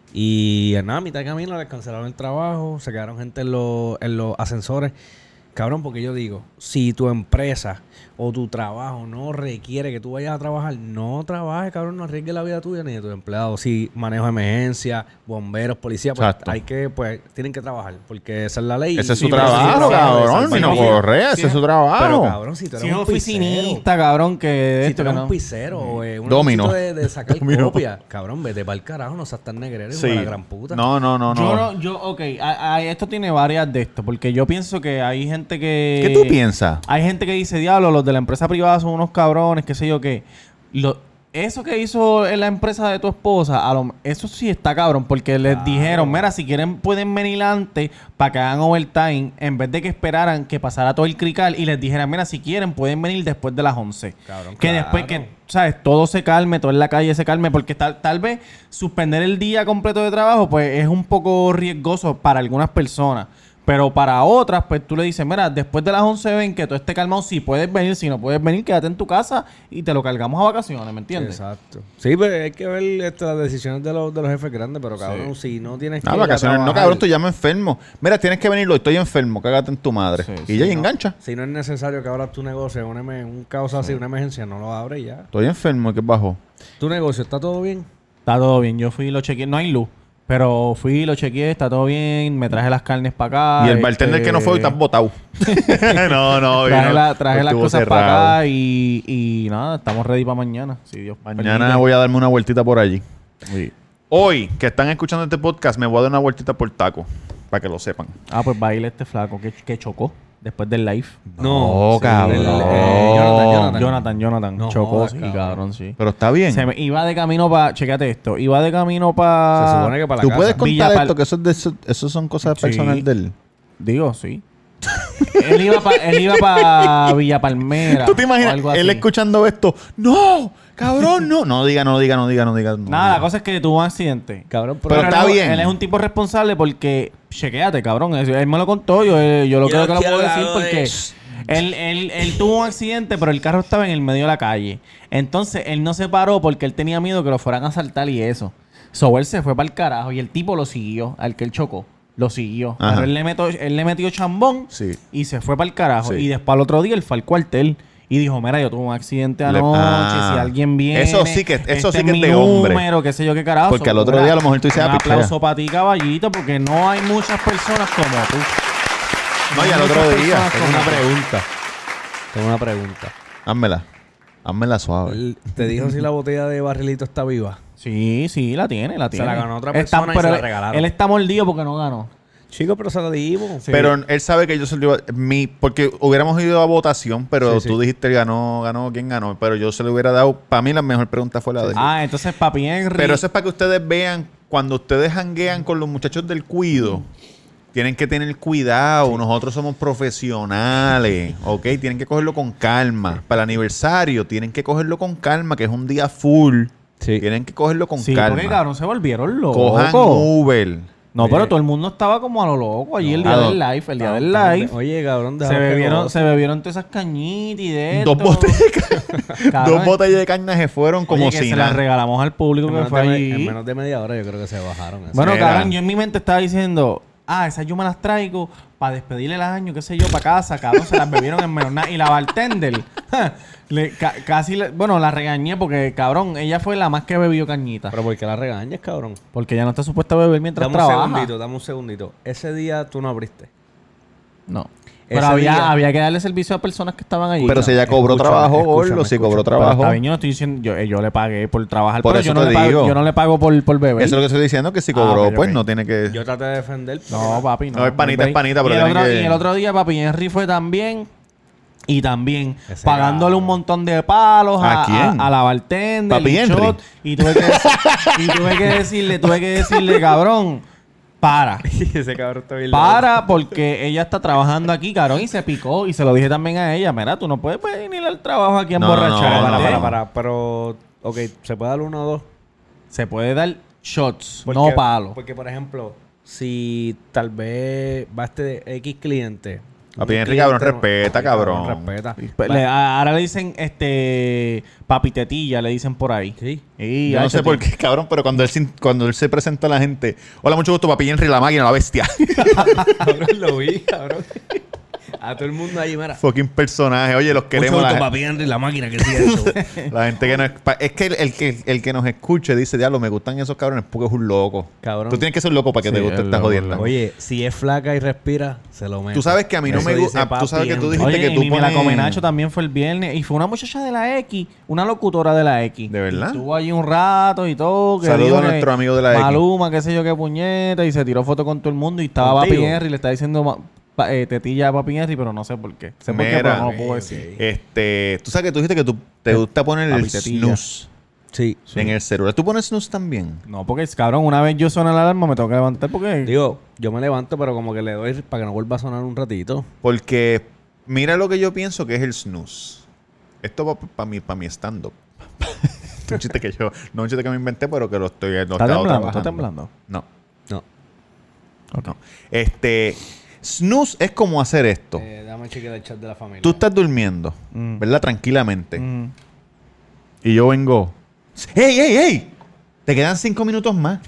Y nada, a mitad de camino les cancelaron el trabajo, se quedaron gente en los, en los ascensores. Cabrón, porque yo digo, si tu empresa o tu trabajo no requiere que tú vayas a trabajar, no trabajes, cabrón, no arriesgues la vida tuya ni de tus empleados. Si manejo de emergencia, bomberos, policía, pues Exacto. hay que, pues, tienen que trabajar, porque esa es la ley. Ese es Sí, su pero si trabajo, tú trabajas, cabrón. salva Y no vidas. correa, ese es su trabajo. Pero cabrón, si tú eres Si es un oficinista, pisero, cabrón, que de si esto tú que eres no. un pisero o eh, un Domino. negocio de, de sacar Domino. copia, cabrón, vete para el carajo, no seas tan negrero, hijo Sí. de la gran puta. No, no, no, Yo no. no, yo, ok, a- a- esto tiene varias de esto, porque yo pienso que hay gente que... ¿Qué tú piensas? Hay gente que dice, diablo, los de la empresa privada son unos cabrones, qué sé yo qué. Lo, eso que hizo en la empresa de tu esposa, a lo, eso sí está cabrón, porque les dijeron, mira, si quieren pueden venir antes para que hagan overtime, en vez de que esperaran que pasara todo el crical y les dijeran, mira, si quieren pueden venir después de las once. Cabrón, que claro. después que, ¿sabes? Todo se calme, todo en la calle se calme, porque tal, tal vez suspender el día completo de trabajo, pues es un poco riesgoso para algunas personas. Pero para otras, pues tú le dices, mira, después de las once ven que todo esté calmado, si puedes venir, si no puedes venir, quédate en tu casa y te lo cargamos a vacaciones, ¿me entiendes? Exacto. Sí, pues hay que ver este, las decisiones de los, de los jefes grandes, pero cabrón, si no tienes que No, ir a vacaciones. No, trabajar, cabrón, tú llamas enfermo. Mira, tienes que venirlo. Estoy enfermo. Cágate en tu madre. Sí, y sí, ya y no. engancha. Si no es necesario que abras tu negocio, un, emer- un caos así, una emergencia, no lo abres y ya. Estoy enfermo. ¿Qué bajo? ¿Tu negocio está todo bien? Está todo bien, yo fui y lo chequeé, no hay luz, pero fui y lo chequeé, está todo bien, me traje las carnes para acá. y el bartender este, que no fue hoy estás botado. no, no. hoy Traje, no. la- traje Hoy las estuvo cosas cerrado. para acá y, y nada, estamos ready para mañana. Si Dios Mañana permite. voy a darme una vueltita por allí. Sí. Hoy, que están escuchando este podcast, me voy a dar una vueltita por Taco. Para que lo sepan. Ah, pues baile este flaco que, que chocó después del live. No, sí, cabrón. el- eh, Jonathan, Jonathan. Jonathan, Jonathan, No chocó, jodas, sí, cabrón. cabrón, sí. Pero está bien. Se me iba de camino para, chécate esto, iba de camino para... Se supone que para la Tú casa. puedes contar Villa Pal- esto, que eso, es de, eso, eso son cosas Sí. personales de él. Digo, sí. él iba para él iba pa Villa Palmera. ¿Tú te imaginas o algo él así. escuchando esto? ¡No! ¡Cabrón, no! No diga, no diga, no diga, no diga. no Nada, diga. la cosa es que tuvo un accidente. Cabrón, Pero él está es- bien. Él es un tipo responsable porque, chequéate, cabrón. Él, él me lo contó, yo, yo lo creo que lo puedo decir porque Él, él, él tuvo un accidente, pero el carro estaba en el medio de la calle. Entonces, él no se paró porque él tenía miedo que lo fueran a asaltar y eso. So, él se fue para el carajo y el tipo lo siguió, al que él chocó. Lo siguió. Ajá. Pero él le, metió, él le metió chambón Sí. y se fue para el carajo. Sí. Y después al otro día él fue al cuartel y dijo, mira, yo tuve un accidente Le- anoche, Ah. si alguien viene... Eso sí que- eso este sí que es mi de hombre. número, qué sé yo qué carajo. Porque So, al otro mira, día a lo mejor tú dices, un ah, pichea. aplauso para ti, caballito, porque no hay muchas personas como tú. No, y al otro Muchas día. personas Tengo como una tú. pregunta. Tengo una pregunta. Házmela. Házmela suave. Él ¿Te dijo si la botella de barrilito está viva? Sí, sí, la tiene, la Se tiene. la ganó otra Está- persona y pero se la él- regalaron. Él está mordido porque no ganó. Chico, pero se la dimos. Sí. Pero él sabe que yo se lo iba... Mi, porque hubiéramos ido a votación, pero Sí, tú sí. dijiste ganó, ganó, ¿quién ganó? Pero yo se lo hubiera dado... Para mí la mejor pregunta fue la de... Ah, entonces Papi Henry... Pero eso es para que ustedes vean, cuando ustedes janguean con los muchachos del cuido, tienen que tener cuidado. Nosotros somos profesionales, ¿ok? Tienen que cogerlo con calma. Para el aniversario, tienen que cogerlo con calma, que es un día full. Sí. Tienen que cogerlo con Sí, calma. porque cabrón, se volvieron locos. Cojan Uber. No, pero todo el mundo estaba como a lo loco allí el día No. del live, el día del Cabrón, live. Oye, cabrón, Se déjalo que bebieron, goce. se bebieron todas esas cañitas y de Dos esto. botellas de caña. Cabrón, Dos botellas de caña se fueron como oye, que si se las nada. regalamos al público En que menos, fue de, me- allí. en menos de media hora yo creo que se bajaron. eso. Bueno, Mira. cabrón, yo en mi mente estaba diciendo, ah, esas yo me las traigo para despedirle el año, qué sé yo, para casa. Cabrón, se las bebieron en menos nada. Y la bartender, ja, le, ca- casi, le- bueno, la regañé porque, cabrón, ella fue la más que bebió cañita. Pero ¿por qué la regañas, cabrón? Porque ella no está supuesta a beber mientras Dame un trabaja. segundito, dame un segundito. Ese día tú no abriste. No. Pero Ese había, día- había que darle servicio a personas que estaban allí. Pero si ella cobró Escúchame, trabajo, escúchame, Gordo, si escúchame. cobró Pero trabajo. está bien, yo no estoy diciendo, yo, eh, yo le pagué por trabajar, Por pero eso yo no, te le pago, digo. yo no le pago por, por beber. Eso es lo que estoy diciendo, que si Ah, cobró, ok, pues ok. no tiene que... Yo traté de defender. No, papi, no. No, es panita, Ve- es panita, pero y el, tiene otro, que- y el otro día, papi Henry fue también. Y también Ese pagándole cabrón. un montón de palos a, ¿A quién? a- a la bartender. Papi y Henry. shot, y tuve que y tuve que decirle, tuve que decirle, cabrón, para. Ese cabrón está bien Para, porque ella está trabajando aquí, cabrón, y se picó. Y se lo dije también a ella. Mira, tú no puedes venir al trabajo aquí a No, no, emborrachar. no, Para, no, para, no. para, pero... Ok, ¿se puede dar uno o dos? Se puede dar shots, Porque- no palos. Porque, por ejemplo, si tal vez va este X cliente... Papi un Henry, cliente cabrón, no- respeta, sí, cabrón. Respeta. Pues le- a- ahora le dicen, este, papitetilla, le dicen por ahí. Sí. Y, Yo no sé échate. por qué, cabrón, pero cuando él, sin- cuando él se presenta a la gente, hola, mucho gusto, papi Henry, la máquina, la bestia. Cabrón, lo vi, cabrón. A todo el mundo ahí, mira. Fucking personaje. Oye, los queremos. Mucho La, gusto, papi Henry, la máquina, que sí eso. la gente que no es... pa- Es que el, el que el que nos escuche dice, diablo, me gustan esos cabrones porque es un loco. Cabrón. Tú tienes que ser loco para que te Sí, guste es esta loco, jodienda. loco. Oye, si es flaca y respira, se lo mete. Tú sabes que a mí no Eso me dice gusta... Tú papi sabes que tú Henry. dijiste Oye, que tú y me la pones... come Nacho también fue el viernes. Y fue una muchacha de la X, una locutora de la X. ¿De verdad? Estuvo allí un rato y todo. que Saludos dijo a que nuestro amigo de la X. Maluma, qué sé yo qué puñeta. Y se tiró foto con todo el mundo. Y estaba ¿Contigo? Papi Henry. Le está diciendo ma- pa- eh, tetilla a Papi Henry, pero no sé por qué. Sé por qué, Mira, pero no lo puedo ok, decir. Este... Tú sabes que tú dijiste que tú te gusta poner el Papi, tetilla. snooze Sí. en el celular. ¿Tú pones snooze también? No, porque cabrón, una vez yo suena la alarma, me tengo que levantar porque. Digo, yo me levanto, pero como que le doy para que no vuelva a sonar un ratito. Porque mira lo que yo pienso que es el snooze. Esto va para mi, pa mi stand-up. un chiste que yo... No un chiste que me inventé, pero que lo estoy... Lo he ¿Está estado temblando? trabajando. ¿Está temblando? No. No. No. Este... Snooze es como hacer esto. Eh, dame chequear el chat de la familia. Tú estás durmiendo, Mm. ¿verdad? Tranquilamente. Mm. Y yo vengo... ¡Ey, ey, ey! Te quedan cinco minutos más.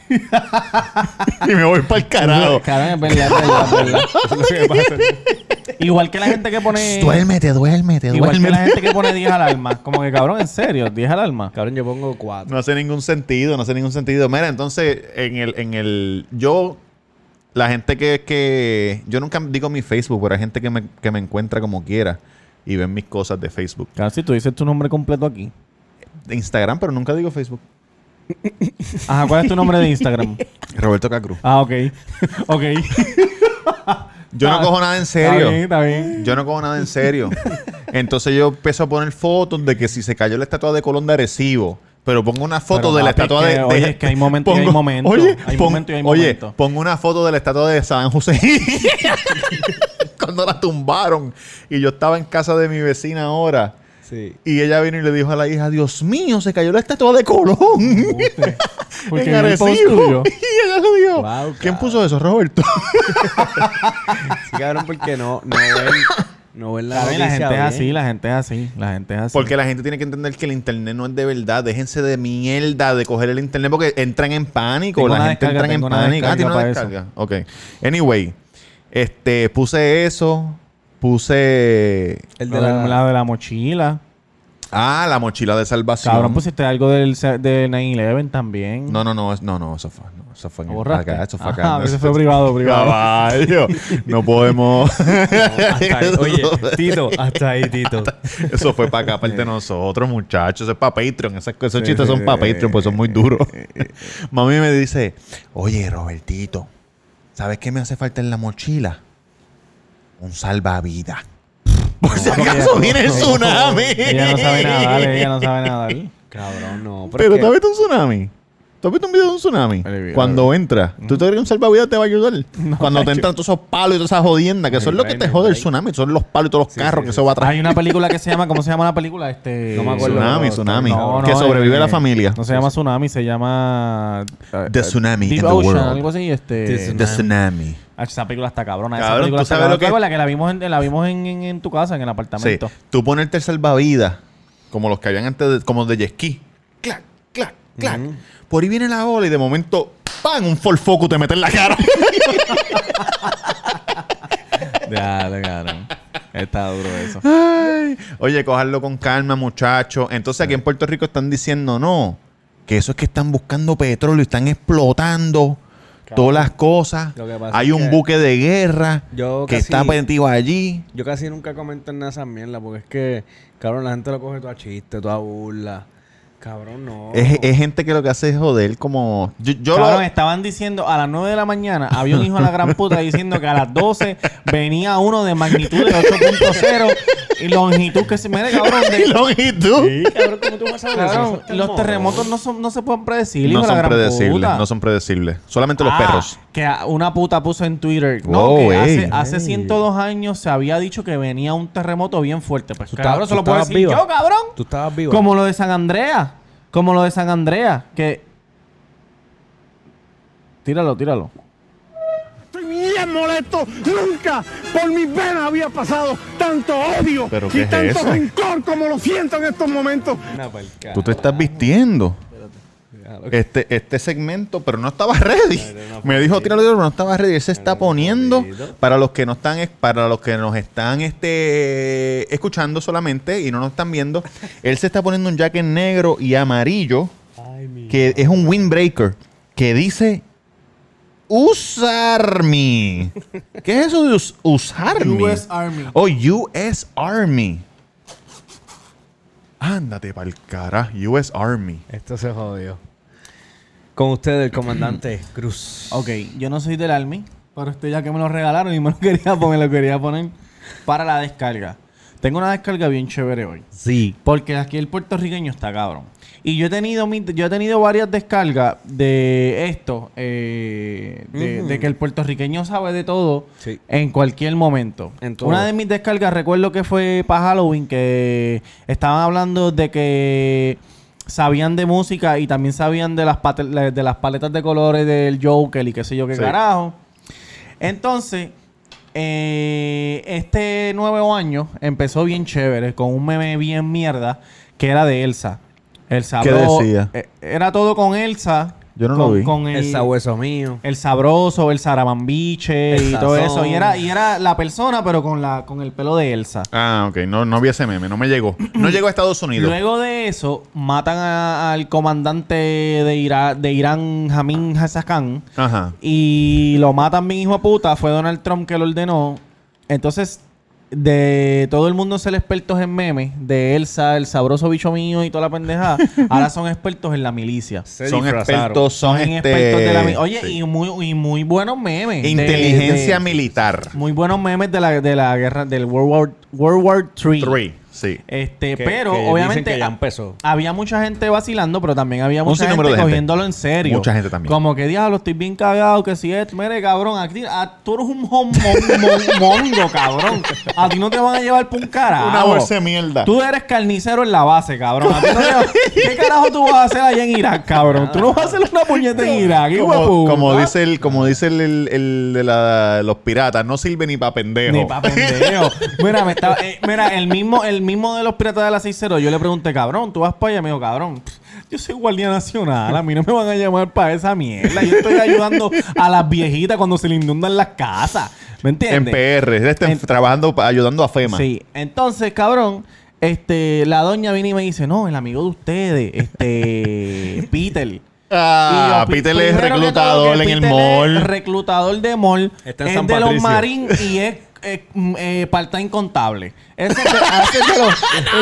y me voy para el carajo. Cabrón, es verdad, es verdad, es verdad. Eso es lo que pasa. Igual que la gente que pone. Duérmete, duérmete, Igual que la duérmete. gente que pone diez alarmas. Como que cabrón, en serio, diez alarmas. Cabrón, yo pongo cuatro. No hace ningún sentido, no hace ningún sentido. Mira, entonces, en el, en el, yo, la gente que, que, yo nunca digo mi Facebook, pero hay gente que me, que me encuentra como quiera y ven mis cosas de Facebook. Claro, si tú dices tu nombre completo aquí. De Instagram, pero nunca digo Facebook. Ajá, ¿cuál es tu nombre de Instagram? Roberto Cacruz. Ah, ok. Ok. Yo no Ah, cojo nada en Está serio. bien, está bien. Yo no cojo nada en serio. Entonces yo empiezo a poner fotos de que si se cayó la estatua de Colón de Arecibo, pero pongo una foto Pero, de la papi, estatua es que, de, oye, de- es que hay momentos y hay pongo- momentos. Oye, Hay pon- momentos y hay oye, momentos. pongo una foto de la estatua de San José cuando la tumbaron y yo estaba en casa de mi vecina ahora. Sí. Y ella vino y le dijo a la hija, Dios mío, se cayó la estatua de Colón. Porque en vi el post Arecibo. tuyo. Y ella le dijo, Wow, ¿quién cabrón. puso eso, Roberto? Sí, cabrón, porque no, no ven, No ver la Claro, y la noticia gente es bien. así, la gente es así, la gente es así. Porque la gente tiene que entender que el internet no es de verdad. Déjense de mierda de coger el internet porque entran en pánico. Tengo La una gente descarga, entra en tengo una pánico. Ah, descarga ¿tiene una para eso. descarga? Ok. Anyway, este, puse eso. Puse... El Lo de de la, la de la mochila. Ah, la mochila de salvación. Cabrón, pusiste algo del de nueve once también. No, no, no, es- no, no, eso fue, no, eso fue en ¿Lo el- borraste? acá, eso fue Ajá, acá. eso fue privado, privado. Caballo, no podemos. hasta ahí. Oye, Tito, hasta ahí, Tito. Eso fue para acá, parte de nosotros, muchachos. Eso es para Patreon. Esas, esos Sí, chistes sí, son para sí. Patreon, pues son muy duros. Mami me dice, oye, Robertito, ¿sabes qué me hace falta en la mochila? Un salvavidas. Por si porque acaso ella- viene el tsunami. Ella no sabe nadar, ella no sabe nadar. Cabrón, no. Pero es ¿tú has que- visto un tsunami? ¿Tú has visto un video de un tsunami? El video. Cuando entra, ¿tú te crees que un salvavidas te va a ayudar? Cuando te macho. entran todos esos palos y todas esas jodiendas, que No son hay lo que break, te no hay jode el break. tsunami, son los palos y todos los Sí, carros sí, que sí. eso va atrás. Hay una película que se llama, ¿cómo se llama la película? Este... No me acuerdo. Tsunami, pero- tsunami. No, no, que sobrevive eh, la familia. No se llama Tsunami, se llama... eh, The eh, Tsunami Deep in the Ocean, World. algo así, este... The The tsunami. Ah, esa película está cabrona. Cabrón, esa película ¿tú está sabes cabrona. lo que- ¿Te acuerdas que la vimos, en, la vimos en, en, en tu casa, en el Sí. apartamento? Tú ponerte el salvavidas, como los que habían antes, de, como de jet ski. Clac, clac, clac. Ujú. Por ahí viene la ola y de momento, ¡pam! Un Ford Focus te mete en la cara. Ya, cabrón. Está duro eso. Ay, oye, cogerlo con calma, muchachos. Entonces aquí en Puerto Rico están diciendo no, que eso es que están buscando petróleo y están explotando todas las cosas. Lo que pasa Hay es un que buque de guerra yo que casi- está metido allí. Yo casi nunca comento en nada esa mierda porque es que, cabrón, la gente lo coge toda chiste, toda burla. Cabrón, no. Es, es gente que lo que hace es joder como... Yo, yo lo- Cabrón, estaban diciendo a las nueve de la mañana, había un hijo de la gran puta diciendo que a las doce venía uno de magnitud de ocho punto cero y longitud que se me de cabrón. De, longitud. Sí, cabrón, ¿cómo tú vas a saber Cabrón, eso? Eso está los hermoso. terremotos no, son, no se pueden predecir, hijo No de la son gran predecibles, puta. no son predecibles. Solamente los Ah, perros. Que a- una puta puso en Twitter. Wow, no, que hace, ey. hace ciento dos años se había dicho que venía un terremoto bien fuerte. Pues ¿Tú cabrón, estabas- eso tú lo puedo estabas decir viva? yo, cabrón. Tú estabas vivo. Como lo de San Andrea. Como lo de San Andrea. Que. Tíralo, tíralo. Estoy bien molesto. Nunca por mis venas había pasado tanto odio ¿Pero qué y es tanto eso? rencor como lo siento en estos momentos. Una pa'l carajo. Tú te estás vistiendo. Déjalo. Este, este segmento, pero no estaba ready. Me dijo, tíralo, pero no estaba ready. Él se está poniendo para los que no están, para los que nos están este, escuchando solamente y no nos están viendo. Él se está poniendo un jacket negro y amarillo Ay, mi... que es un windbreaker que dice Usarmi. ¿Qué es eso de us- usarmi? U S Army. Oh, U S Army. Ándate pa'l cara, U S Army. Esto se jodió. Con usted, el comandante Cruz. Ok, yo no soy del Army, pero este ya que me lo regalaron y me lo quería poner, me lo quería poner para la descarga. Tengo una descarga bien chévere hoy. Sí. Porque aquí el puertorriqueño está cabrón. Y yo he tenido mi- yo he tenido varias descargas de esto, eh, de, Ujú. de que el puertorriqueño sabe de todo Sí. en cualquier momento. En todo. Una de mis descargas, recuerdo que fue para Halloween, que estaban hablando de que sabían de música y también sabían de las, pate- de las paletas de colores del Joker y qué sé yo qué Sí. carajo. Entonces, eh, este nuevo año empezó bien chévere con un meme bien mierda que era de Elsa. El sabroso. decía? eh, era todo con Elsa. Yo no con, lo vi. Con el, El sabueso mío. el sabroso, el saramambiche El y todo sazón. eso. Y era, y era la persona, pero con la con el pelo de Elsa. Ah, ok. No, no vi ese meme. No me llegó. No llegó a Estados Unidos. Luego de eso, matan a- al comandante de, Ira- de Irán, Jamin Hassan. Ajá. Y lo matan bien hijo de puta. Fue Donald Trump que lo ordenó. Entonces, de todo el mundo ser expertos en memes, de Elsa, el sabroso bicho mío y toda la pendejada, ahora son expertos en la milicia. Se Son disfrazaron. expertos, son, Son este... expertos de la mi- Oye, sí. y, muy, y muy buenos memes. de- Inteligencia de- militar. Muy buenos memes de la, de la guerra, del World War, World War tres. Three. Sí. Este, Que- pero que dicen obviamente que ya a- empezó. había mucha gente vacilando, pero también había mucha sinnúmero gente de gente. cogiéndolo en serio. Mucha gente también. Como que, diablo, estoy bien cagado, que si es... Mire, cabrón, aquí, a, tú eres un mon- mon- mon- mongo, cabrón. A ti no te van a llevar por un carajo. Una bolsa de mierda. Tú eres carnicero en la base, cabrón. A ti no te- ¿Qué carajo tú vas a hacer allá en Irak, cabrón? Tú no vas a hacer una puñeta en Irak, hijo de Como, puta. como dice el, como dice el, el, el de la- los piratas, no sirve ni para pendejo. Ni pa' pendejo. Mira, me estaba, eh, mira, el mismo, el mismo de los piratas de la seis cero, yo le pregunté, cabrón, tú vas para allá, me dijo, cabrón, pff, yo soy guardia nacional, a mí no me van a llamar para esa mierda. Yo estoy ayudando a las viejitas cuando se le inundan las casas. ¿Me entiendes? En P R, este En- trabajando, pa- ayudando a FEMA. Sí, entonces, cabrón, este, la doña viene y me dice, no, el amigo de ustedes, este, Peter. Ah, Y yo, Peter primero es que todo, reclutador que en el Peter mall. es reclutador de mall. Está en es San de los Patricio. Marines y es eh, mm, eh, part-time contable. Ese es de, ese es de los...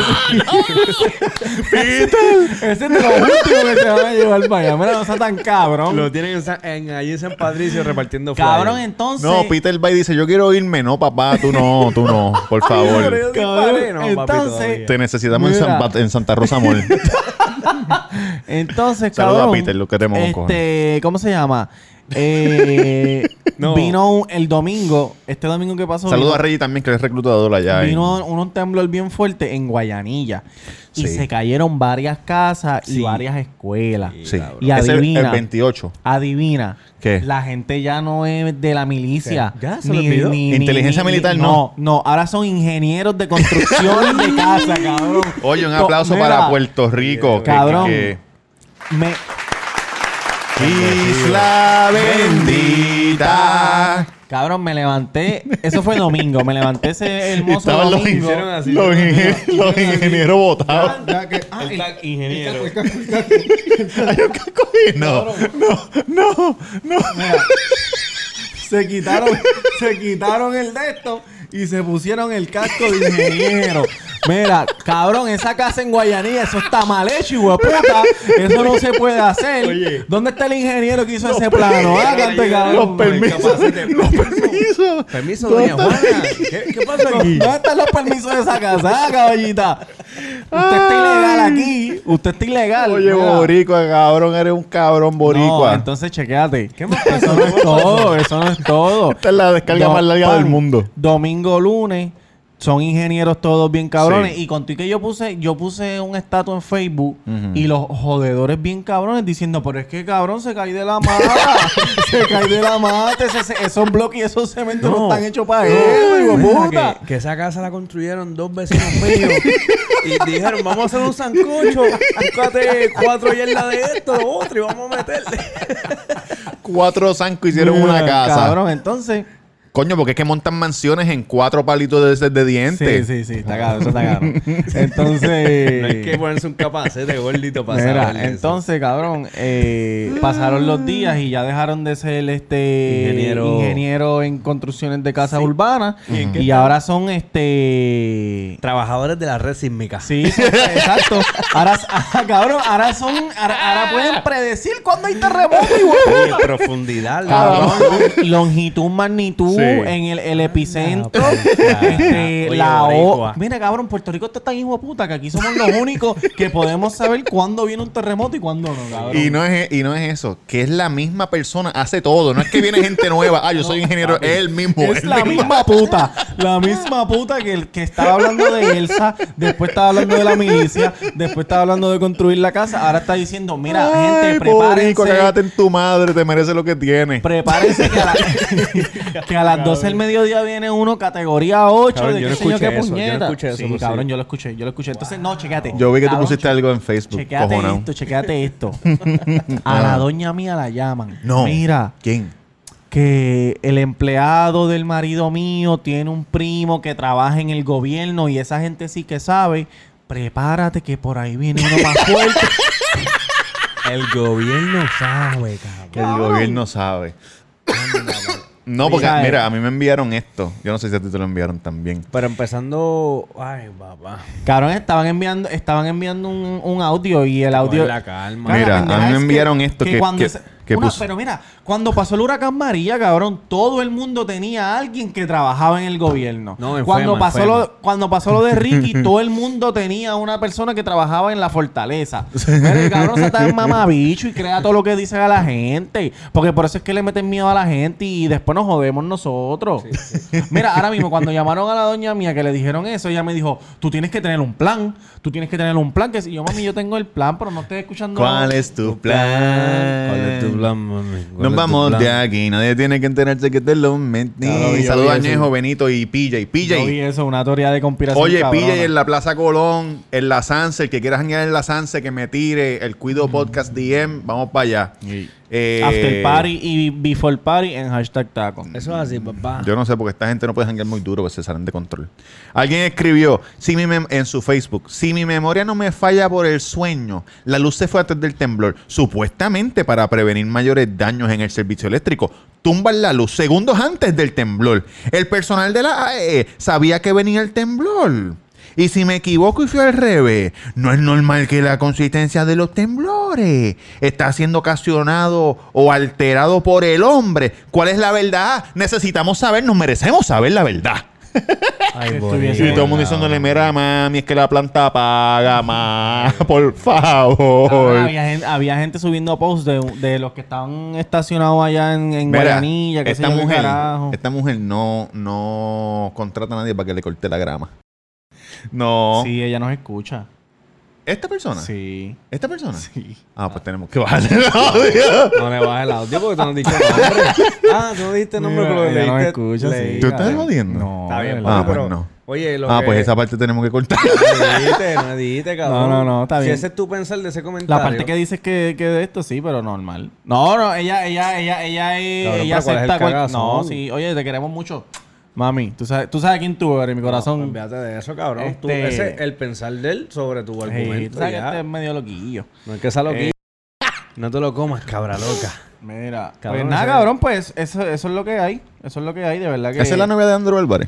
Ese, ese es de los últimos que se van a llevar para allá. Mira, no sea tan cabrón. Lo tienen en, San- en- allí en San Patricio repartiendo Cabrón, flyers. entonces... No, Peter va y dice, yo quiero irme. No, papá, tú no, tú no. Por favor. Pero yo Cabrón, disparé. No, papi, entonces- todavía. Te necesitamos en, Mira. San Pat- en Santa Rosa Mall. Entonces, Saluda cabrón. a Peter, lo queremos un Este, ¿cómo se llama? Eh, No. Vino un- el domingo, este domingo que pasó. Saludos vino- a Reggie también, que es reclutador allá. en- Vino un, un temblor bien fuerte en Guayanilla. Y Sí. se cayeron varias casas y Sí. varias escuelas. Sí. Y Es el- adivina. el veintiocho. Adivina. ¿Qué? La gente ya no es de la milicia. ¿Qué? ¿Ya? ¿Se le olvidó? Inteligencia militar, no. No, no. Ahora son ingenieros de construcción de casa, cabrón. Oye, un To- aplauso mira, para Puerto Rico. que- Cabrón. que- Me, Isla bendita. Cabrón, me levanté. Eso fue domingo. Me levanté ese hermoso Estaban los, domingo. hicieron así. los, ingen- los ingenieros votados. El tag ingeniero. Hay un casco ahí. No, no, no, no. Mira, se quitaron, se quitaron el de esto y se pusieron el casco de ingeniero. Mira, cabrón, esa casa en Guayanilla, eso está mal hecho, hijo de puta. Eso no se puede hacer. Oye. ¿Dónde está el ingeniero que hizo ese plano? Ah, cante, cabrón. Los permisos. Los permisos. Permiso, doña Juana. ¿Qué, qué pasa aquí? ¿Dónde están los permisos de esa casa, ah, caballita? Usted está ilegal aquí. Usted está ilegal. Oye, Mira. boricua, cabrón. Eres un cabrón boricua. No, entonces chequéate. ¿Qué más pasa? Eso no es todo, eso no es todo. Esta es la descarga Do- más larga pan, del mundo. Domingo, lunes, son ingenieros todos bien cabrones. Y contigo que yo puse, yo puse un estatus en Facebook Ujú. y los jodedores bien cabrones diciendo, pero es que cabrón se cae de la mata. se cae de la mata. Ese- ese- esos bloques y esos cementos no, están hechos para eso, hijo de Mira, puta. que, que esa casa la construyeron dos vecinos míos y dijeron, vamos a hacer un sancocho, búscate cuatro yardas de esto, lo otro y vamos a meterle. Cuatro zancos hicieron una Mira, casa. Cabrón, entonces... Coño, porque es que montan mansiones en cuatro palitos de, de dientes. Sí, sí, sí, está cabrón, eso está cabrón. Entonces... No hay que ponerse un capacete gordito para Mira, saber eso. entonces, cabrón, eh, pasaron los días y ya dejaron de ser este Ingeniero. ingeniero en construcciones de casas urbanas ¿Y en qué y están? ahora son este Trabajadores de la red sísmica. sí, sí, exacto. Ahora, ah, cabrón, ahora son ahora, ahora pueden predecir cuándo hay terremoto y Oye, profundidad. Cabrón, ¿no? longitud, magnitud, Sí. en el, el epicentro, Ah, pues, este, Oye, la O. boricua. Mira, cabrón, Puerto Rico está tan hijo de puta que aquí somos los únicos que podemos saber cuándo viene un terremoto y cuándo no, cabrón. Y no, es, y no es eso, que es la misma persona, hace todo. No es que viene gente nueva. Ah, yo soy ingeniero, es el mismo. Es el la mismo. misma puta. La misma puta que, el que estaba hablando de Elsa, después estaba hablando de la milicia, después estaba hablando de construir la casa, ahora está diciendo, mira, Ay, gente, borico, prepárense. cágate en tu madre, te merece lo que tienes. Prepárense que a, la- que a las doce del mediodía viene uno categoría ocho Cabrón, de yo qué no sé yo escuché qué eso, yo no puñeta. escuché eso, Sí, pero sí. cabrón, yo lo escuché, yo lo escuché. Entonces, no, chequéate. Yo vi que tú Cabrón, pusiste che- algo en Facebook. Chequéate cojonao. esto, chequéate esto. A la doña mía la llaman. No. Mira, ¿Quién? que el empleado del marido mío tiene un primo que trabaja en el gobierno y esa gente sí que sabe. Prepárate que por ahí viene uno más fuerte. El gobierno sabe, Que cabrón. el gobierno sabe. No, porque Mira, mira, eh. a mí me enviaron esto. Yo no sé si a ti te lo enviaron también. Pero empezando... Ay, papá. Cabrón, estaban enviando, estaban enviando un, un audio y el audio. Coge la calma. Cara, Mira, pendeja, a mí me es que- enviaron esto que que, cuando que, ese- que ¿Qué Una- puso? pero mira, cuando pasó el huracán María, cabrón, todo el mundo tenía a alguien que trabajaba en el gobierno. No, en cuando, FEMA, pasó en FEMA. lo, cuando pasó lo de Ricky, todo el mundo tenía una persona que trabajaba en la fortaleza. Pero el cabrón se está en mamabicho y crea todo lo que dice a la gente. Porque por eso es que le meten miedo a la gente y después nos jodemos nosotros. Mira, ahora mismo, cuando llamaron a la doña mía que le dijeron eso, ella me dijo, tú tienes que tener un plan. Tú tienes que tener un plan. Que si yo, mami, yo tengo el plan, pero no estoy escuchando. ¿Cuál es tu plan? ¿Cuál es tu plan, mami? ¿Cuál es Nos tu vamos plan? de aquí. Nadie tiene que enterarse que te lo mentí. Claro, yo Saludos a vi eso. Ñejo, Benito y P J. P J. Yo vi eso, una teoría de conspiración. Oye, cabrona. P J en la Plaza Colón, en la Sanse, el que quiera janguear en la Sanse, que me tire el Cuido Podcast D M, vamos para allá. Sí. Eh, After party y before party en hashtag taco. Eso es así, papá. Yo no sé, porque esta gente no puede janguear muy duro, porque se salen de control. Alguien escribió si mi mem- en su Facebook, si mi memoria no me falla por el sueño, la luz se fue antes del temblor, supuestamente para prevenir mayores daños en el servicio eléctrico. Tumban la luz segundos antes del temblor. El personal de la A E E sabía que venía el temblor. Y si me equivoco y fui al revés, no es normal que la consistencia de los temblores está siendo ocasionado o alterado por el hombre. ¿Cuál es la verdad? Necesitamos saber, nos merecemos saber la verdad. Ay, Estuviese- Y todo el mundo diciéndole, mira, mami, es que la planta paga más, por favor. Ahora, había, gente, había gente subiendo posts de, de los que estaban estacionados allá en, en Mira, Guayanilla, que esta sé yo qué mujer, carajo. esta mujer no, no contrata a nadie para que le corte la grama. No. Sí, ella nos escucha. ¿Esta persona? Sí. ¿Esta persona? Sí. Ah, pues tenemos que bajarle el audio. No le bajes el audio porque tú no has dicho nombre. Ah, tú no dijiste nombre, pero Ella nos leíste. escucha, leí- sí. ¿Tú estás jodiendo? No, Está bien, de papi, Ah, verdad. pues pero- no. Oye, lo Ah, que... pues esa parte tenemos que cortar. No dijiste, no dijiste, cabrón. No, no, no, está bien. Si ese es tu pensar de ese comentario... La parte que dices que, que de esto sí, pero normal. No, no, ella, ella, ella, ella es. Cabrón, ella pero ¿cuál es el acepta cual- cagazón? No, sí, oye, te queremos mucho. Mami, tú sabes, tú sabes quién tú eres, mi corazón. Olvídate de eso, cabrón. Este- Tú, ese es el pensar de él sobre tu Sí, argumento. tú sabes que ya. este es medio loquillo. No es que sea loquillo. Eh. No te lo comas, cabra loca. Mira, Cabrón, pues nada, ese- cabrón, pues eso, eso es lo que hay. Eso es lo que hay, de verdad que. Esa es la novia de Andrew Álvarez.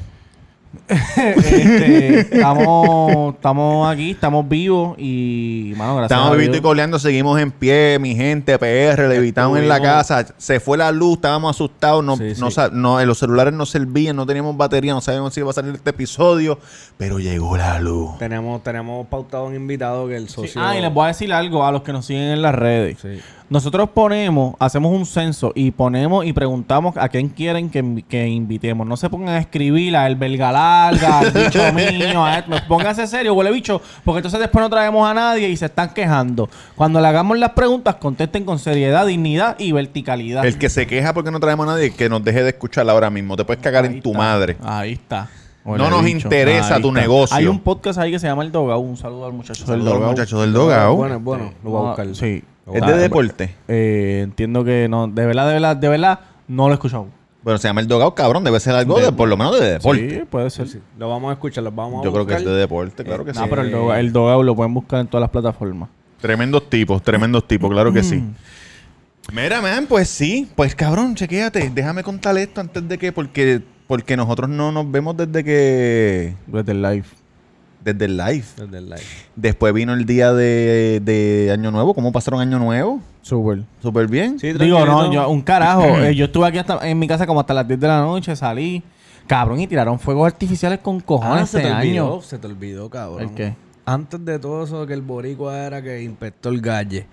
Este, estamos, estamos aquí, estamos vivos y, mano, gracias Estamos a viviendo y Dios. coleando, seguimos en pie, mi gente, P R, levitamos en la Estuvimos- casa, se fue la luz, estábamos asustados, no, Sí, no, sí. sa- no, los celulares no servían, no teníamos batería, no sabíamos si iba a salir este episodio, pero llegó la luz. Tenemos, tenemos pautado un invitado que el Sí, socio... ah, y les voy a decir algo a los que nos siguen en las redes. Sí. Nosotros ponemos, hacemos un censo y ponemos y preguntamos a quién quieren que, que invitemos. No se pongan a escribir a el belga larga, al bicho mío, a esto. Pónganse serio, huele bicho, porque entonces después no traemos a nadie y se están quejando. Cuando le hagamos las preguntas, contesten con seriedad, dignidad y verticalidad. El que se queja porque no traemos a nadie, que nos deje de escuchar ahora mismo, te puedes cagar Ahí en tu está. madre. Ahí está. No nos interesa Ahí tu está. negocio. Hay un podcast ahí que se llama El Dogao. Un saludo al muchacho del Saludos, Dogao. muchachos del Dogao. Bueno, es bueno. Lo voy a buscar. Sí. Es de deporte. Eh, entiendo que no, de verdad, de verdad, de verdad, no lo he escuchado. Bueno, se llama el Dogao, cabrón, debe ser algo de, De- por lo menos de deporte. Sí, puede ser. Sí, lo vamos a escuchar, lo vamos a Yo creo que buscar. es de deporte, claro que No, sí. pero el Dogao, el Dogao lo pueden buscar en todas las plataformas. Tremendos tipos, tremendos tipos, claro que sí. Mm. Mira, man, pues sí. Pues cabrón, chequéate. Déjame contar esto antes de que... Porque, porque nosotros no nos vemos desde que... Desde el live. Desde el live. Desde el live. Después vino el día de, de Año Nuevo. ¿Cómo pasaron Año Nuevo? Súper. Súper bien. Sí, Digo, no, tranquilito. yo, un carajo. Eh, yo estuve aquí hasta, en mi casa como hasta las diez de la noche, salí. Cabrón, y tiraron fuegos artificiales con Ah, cojones se este te olvidó, año. se te olvidó, cabrón. ¿El qué? Antes de todo eso, que el boricua era que inspectó el galle.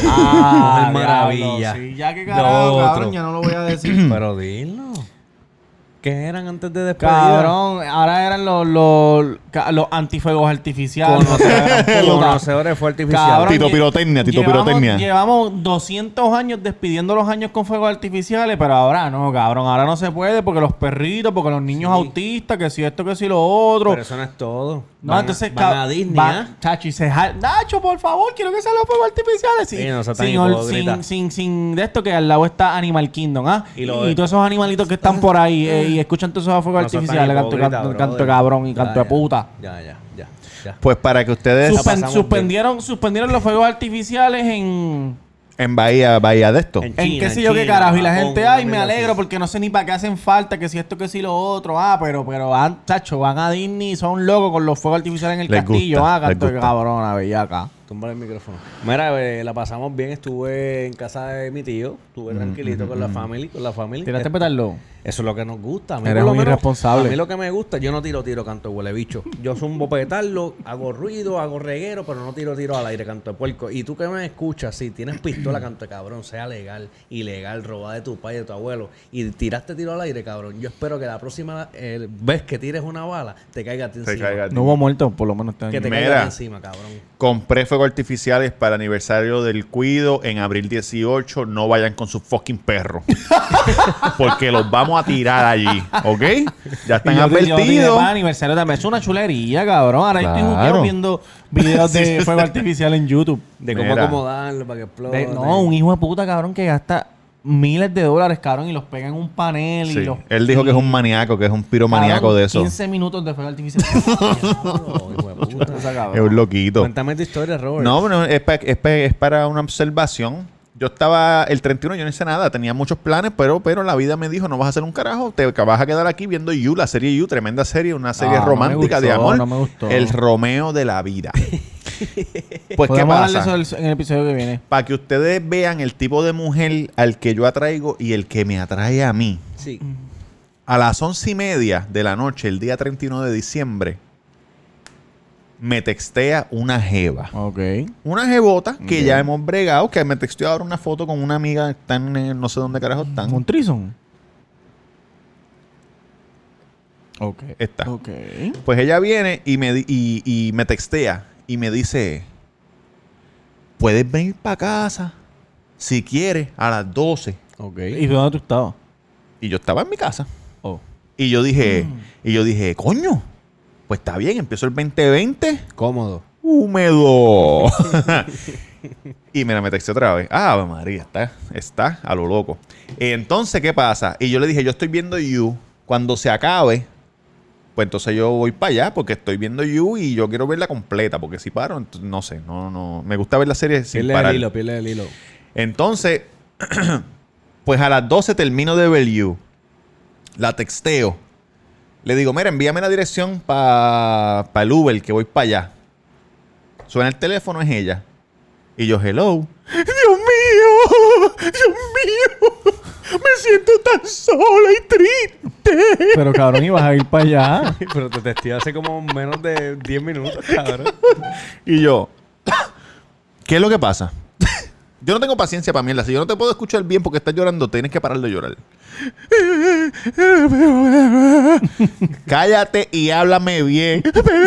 Ah, Mujer maravilla. diablo, sí, ya que Lo carajo, otro. cabrón, ya no lo voy a decir. Pero dilo. ¿Qué eran antes de despedir? Cabrón, ahora eran los, los, ca- los antifuegos artificiales. Conocedores, Puta. conocedores fue artificial. Cabrón, Tito lle- Pirotecnia, Tito llevamos, Pirotecnia. Llevamos doscientos años despidiendo los años con fuegos artificiales, pero ahora no, cabrón. Ahora no se puede porque los perritos, porque los niños Sí. autistas, que si esto, que si lo otro. Pero eso no es todo. No, Van a- entonces... van ca- a Disney, va- ¿ah? Chacho, y se ja- Nacho, por favor, quiero que sean los fuegos artificiales. Sí, no sea tan sin, ol- hipócrita. sin, sin, sin de esto que al lado está Animal Kingdom, ¿ah? Y Y, lo- y todos esos animalitos que están por ahí eh, y escuchan todos esos fuegos No sea tan artificiales, canto, hipócrita, canto, brother. canto de cabrón y Ya, canto de ya. puta. Ya, ya, ya, ya. Pues para que ustedes... Suspe- Suspen- pasamos suspendieron, suspendieron los fuegos artificiales en... En Bahía, Bahía de esto. En En China, qué sé en yo qué China, carajo. Y la Japón, gente, una ay, me mierda alegro así. porque no sé ni para qué hacen falta, que si esto, que si lo otro. Ah, pero, pero, van, chacho, van a Disney y son locos con los fuegos artificiales en el Les castillo. gusta, ah, les canto de gusta. cabrona, bellaca. Tumba el micrófono. Mira, eh, la pasamos bien. Estuve en casa de mi tío. Estuve tranquilito con la family. Con la family. ¿Tiraste petardo? Eso es lo que nos gusta. A mí, Eres por lo un menos, irresponsable. A mí lo que me gusta, yo no tiro tiro canto de huele bicho. Yo zumbo petardo, hago ruido, hago reguero, pero no tiro tiro al aire, canto de puerco. Y tú que me escuchas, si tienes pistola, canto de cabrón, sea legal, ilegal, robada de tu padre y de tu abuelo, y tiraste tiro al aire, cabrón. Yo espero que la próxima eh, vez que tires una bala, te caiga a ti Te encima. caiga a ti. No hubo muertos, por lo menos este año. Que te Mira. caiga a ti encima, cabrón. Compré fuegos artificiales para el aniversario del Cuido en abril dieciocho. No vayan con sus fucking perros. Porque los vamos a tirar allí. ¿Ok? Ya están Y yo te- yo te diré advertidos. para aniversario también. Es una chulería, cabrón. Ahora yo estoy Claro. jugueado viendo videos de fuego artificial en YouTube. De cómo Mira. acomodarlo para que explote. De- no, un hijo de puta, cabrón, que gasta miles de dólares, cabrón, y los pega en un panel. Sí. Y los, Él dijo que es un maníaco, que es un piromaníaco cabrón, de eso. quince minutos de fuego artificial. Diablo, hijo de puta. Esa, cabrón. Es un loquito. Cuéntame tu historia, Robert. No, bueno, es, pa- es pa- es para una observación. Yo estaba el treinta y uno, yo no hice nada, tenía muchos planes, pero pero la vida me dijo, no vas a hacer un carajo, te vas a quedar aquí viendo You, la serie You, tremenda serie, una serie Ah, no me romántica de gustó, amor. no me gustó. El Romeo de la vida. Pues, ¿qué Podemos hablar de pasa? eso el- en el episodio que viene. Para que ustedes vean el tipo de mujer al que yo atraigo y el que me atrae a mí. Sí. A las once y media de la noche, el día treinta y uno de diciembre, me textea una jeva. Ok. Una jebota que Ok. ya hemos bregado, que me texteó ahora una foto con una amiga que están en no sé dónde carajo están. ¿Un trison? Ok. Está. Ok. Pues ella viene y me, di- y, y me textea y me dice, puedes venir para casa si quieres a las doce. Ok. ¿Y dónde tú estabas? Y yo estaba en mi casa. Oh. Y yo dije, y yo dije, coño, pues está bien, empiezo el veinte veinte. Cómodo. Húmedo. Y mira, me texté otra vez. Ah, Ave María, está, está a lo loco. Entonces, ¿qué pasa? Y yo le dije, yo estoy viendo You. Cuando se acabe, pues entonces yo voy para allá porque estoy viendo You y yo quiero verla completa. Porque si paro, ent- no sé, no, no. Me gusta ver la serie sin Pierde parar. el hilo, pierde el hilo. Entonces, pues a las doce termino de ver You. La texteo. Le digo, mira, envíame la dirección para pa el Uber, que voy para allá. Suena el teléfono, es ella. Y yo, hello. ¡Dios mío! ¡Dios mío! ¡Me siento tan sola y triste! Pero cabrón, ibas a ir para allá. Pero te testé hace como menos de diez minutos, cabrón. Y yo, ¿qué es lo que pasa? Yo no tengo paciencia para mierda. Si yo no te puedo escuchar bien porque estás llorando, tienes que parar de llorar. Cállate y háblame bien.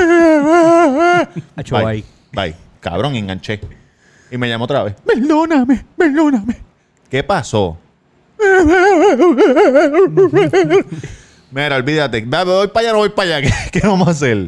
Acho, Bye. ahí. Bye. Cabrón, enganché. Y me llamó otra vez. Perdóname, perdóname. ¿Qué pasó? Mira, olvídate. Va, voy para allá, no voy para allá. ¿Qué, qué vamos a hacer?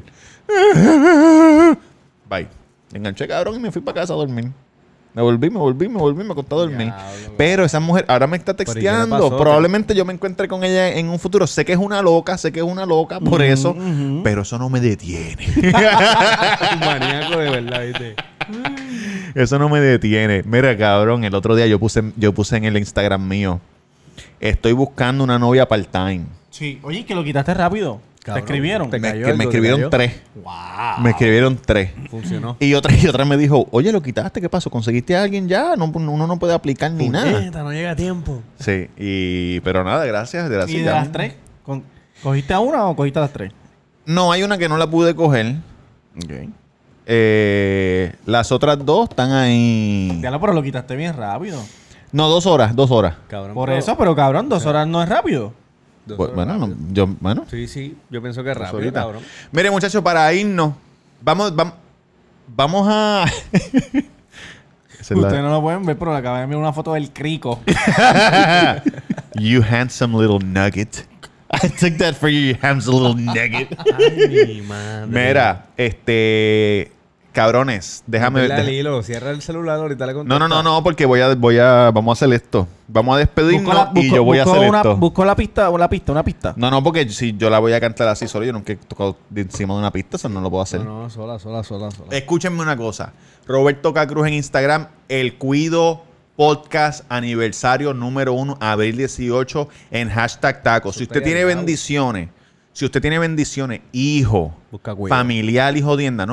Bye. Enganché, cabrón, y me fui para casa a dormir. Me volví, me volví, me volví, me acosté a dormir. Diablo, Pero esa mujer ahora me está ¿y qué le texteando. pasó? Probablemente yo me encuentre con ella en un futuro. Sé que es una loca, sé que es una loca por eso. Pero eso no me detiene. Un maníaco de verdad, ¿viste? Eso no me detiene. Mira, cabrón, el otro día yo puse, yo puse en el Instagram mío. Estoy buscando una novia part-time. Sí. Oye, que lo quitaste rápido. Cabrón, ¿Te escribieron? te Me, cayó que algo, me te escribieron cayó. tres. Wow. Me escribieron tres. Funcionó. Y otra, y otra me dijo, oye, lo quitaste, ¿qué pasó? ¿Conseguiste a alguien ya? No, uno no puede aplicar ni nada. Puñeta, no llega a tiempo. Sí, y, pero nada, gracias. gracias ¿Y de ya. las tres? Con- ¿Cogiste a una o cogiste a las tres? No, hay una que no la pude coger. Ok. Eh, las otras dos están ahí. Ya lo, pero lo quitaste bien rápido. No, dos horas, dos horas. Cabrón. Por pero- eso, pero cabrón, dos horas no es rápido. Dos Pues, horas bueno, no, rápido. yo, bueno. Sí, sí. Yo pienso que es dos rápido, horitas. cabrón. Mire, muchachos, para irnos, vamos, vamos, vamos a. Esa es la- Ustedes no lo pueden ver, pero le acabé de enviar una foto del crico. You handsome little nugget. I took that for you, you handsome little nugget. Ay, mi madre. Mira, este. Cabrones, déjame Dale ver. al hilo, cierra el celular, ahorita le No, contesta. no, no, no, porque voy a, voy a, vamos a hacer esto. Vamos a despedirnos Busco la- y busco- yo voy a busco hacer una- esto. Busco la pista, una pista, una pista. No, no, porque si yo la voy a cantar así solo, yo nunca he tocado de encima de una pista, eso no lo puedo hacer. No, no, sola, sola, sola, sola. Escúchenme una cosa. Roberto Cacruz en Instagram, El Cuido Podcast Aniversario número uno, abril dieciocho, en hashtag taco. Si usted tiene bendiciones, si usted tiene bendiciones, hijo, Busca cuido. familiar y jodienda, no.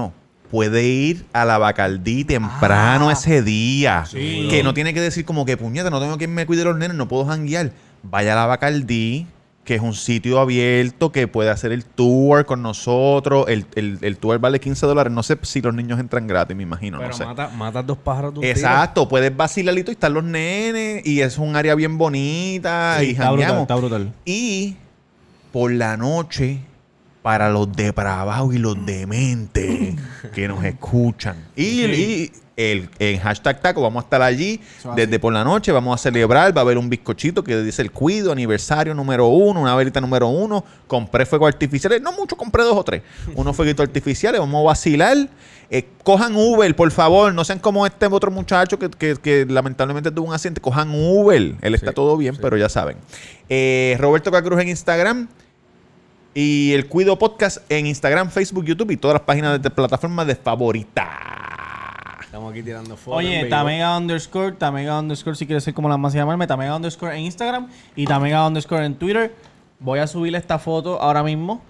puede ir a la Bacardí temprano Ah, ese día. sí. Que no tiene que decir como que, puñeta, no tengo quien me cuide los nenes, no puedo janguear. Vaya a la Bacardí, que es un sitio abierto, que puede hacer el tour con nosotros. El, el, el tour vale quince dólares. No sé si los niños entran gratis, me imagino. Pero no sé. mata, matas dos pájaros de un tiro. Exacto, puedes vacilarito y están los nenes. Y es un área bien bonita. Sí, y está brutal, jangueamos. está brutal. Y por la noche, para los depravados y los dementes que nos escuchan. Y, y el, en hashtag taco vamos a estar allí desde por la noche. Vamos a celebrar. Va a haber un bizcochito que dice el Cuido, aniversario número uno, una velita número uno. Compré fuegos artificiales. No mucho, compré dos o tres. Unos fueguitos artificiales. Vamos a vacilar. Eh, cojan Uber, por favor. No sean como este otro muchacho que, que, que lamentablemente tuvo un accidente. Cojan Uber. Él está Sí, todo bien, sí. pero ya saben. Eh, Roberto Cacruz en Instagram. Y el Cuido Podcast en Instagram, Facebook, YouTube y todas las páginas de plataformas de favorita. Estamos aquí tirando fotos. Oye, Tamega underscore, Tamega underscore, si quieres ser como la más llamarme, Tamega underscore en Instagram y Tamega underscore en Twitter. Voy a subir esta foto ahora mismo.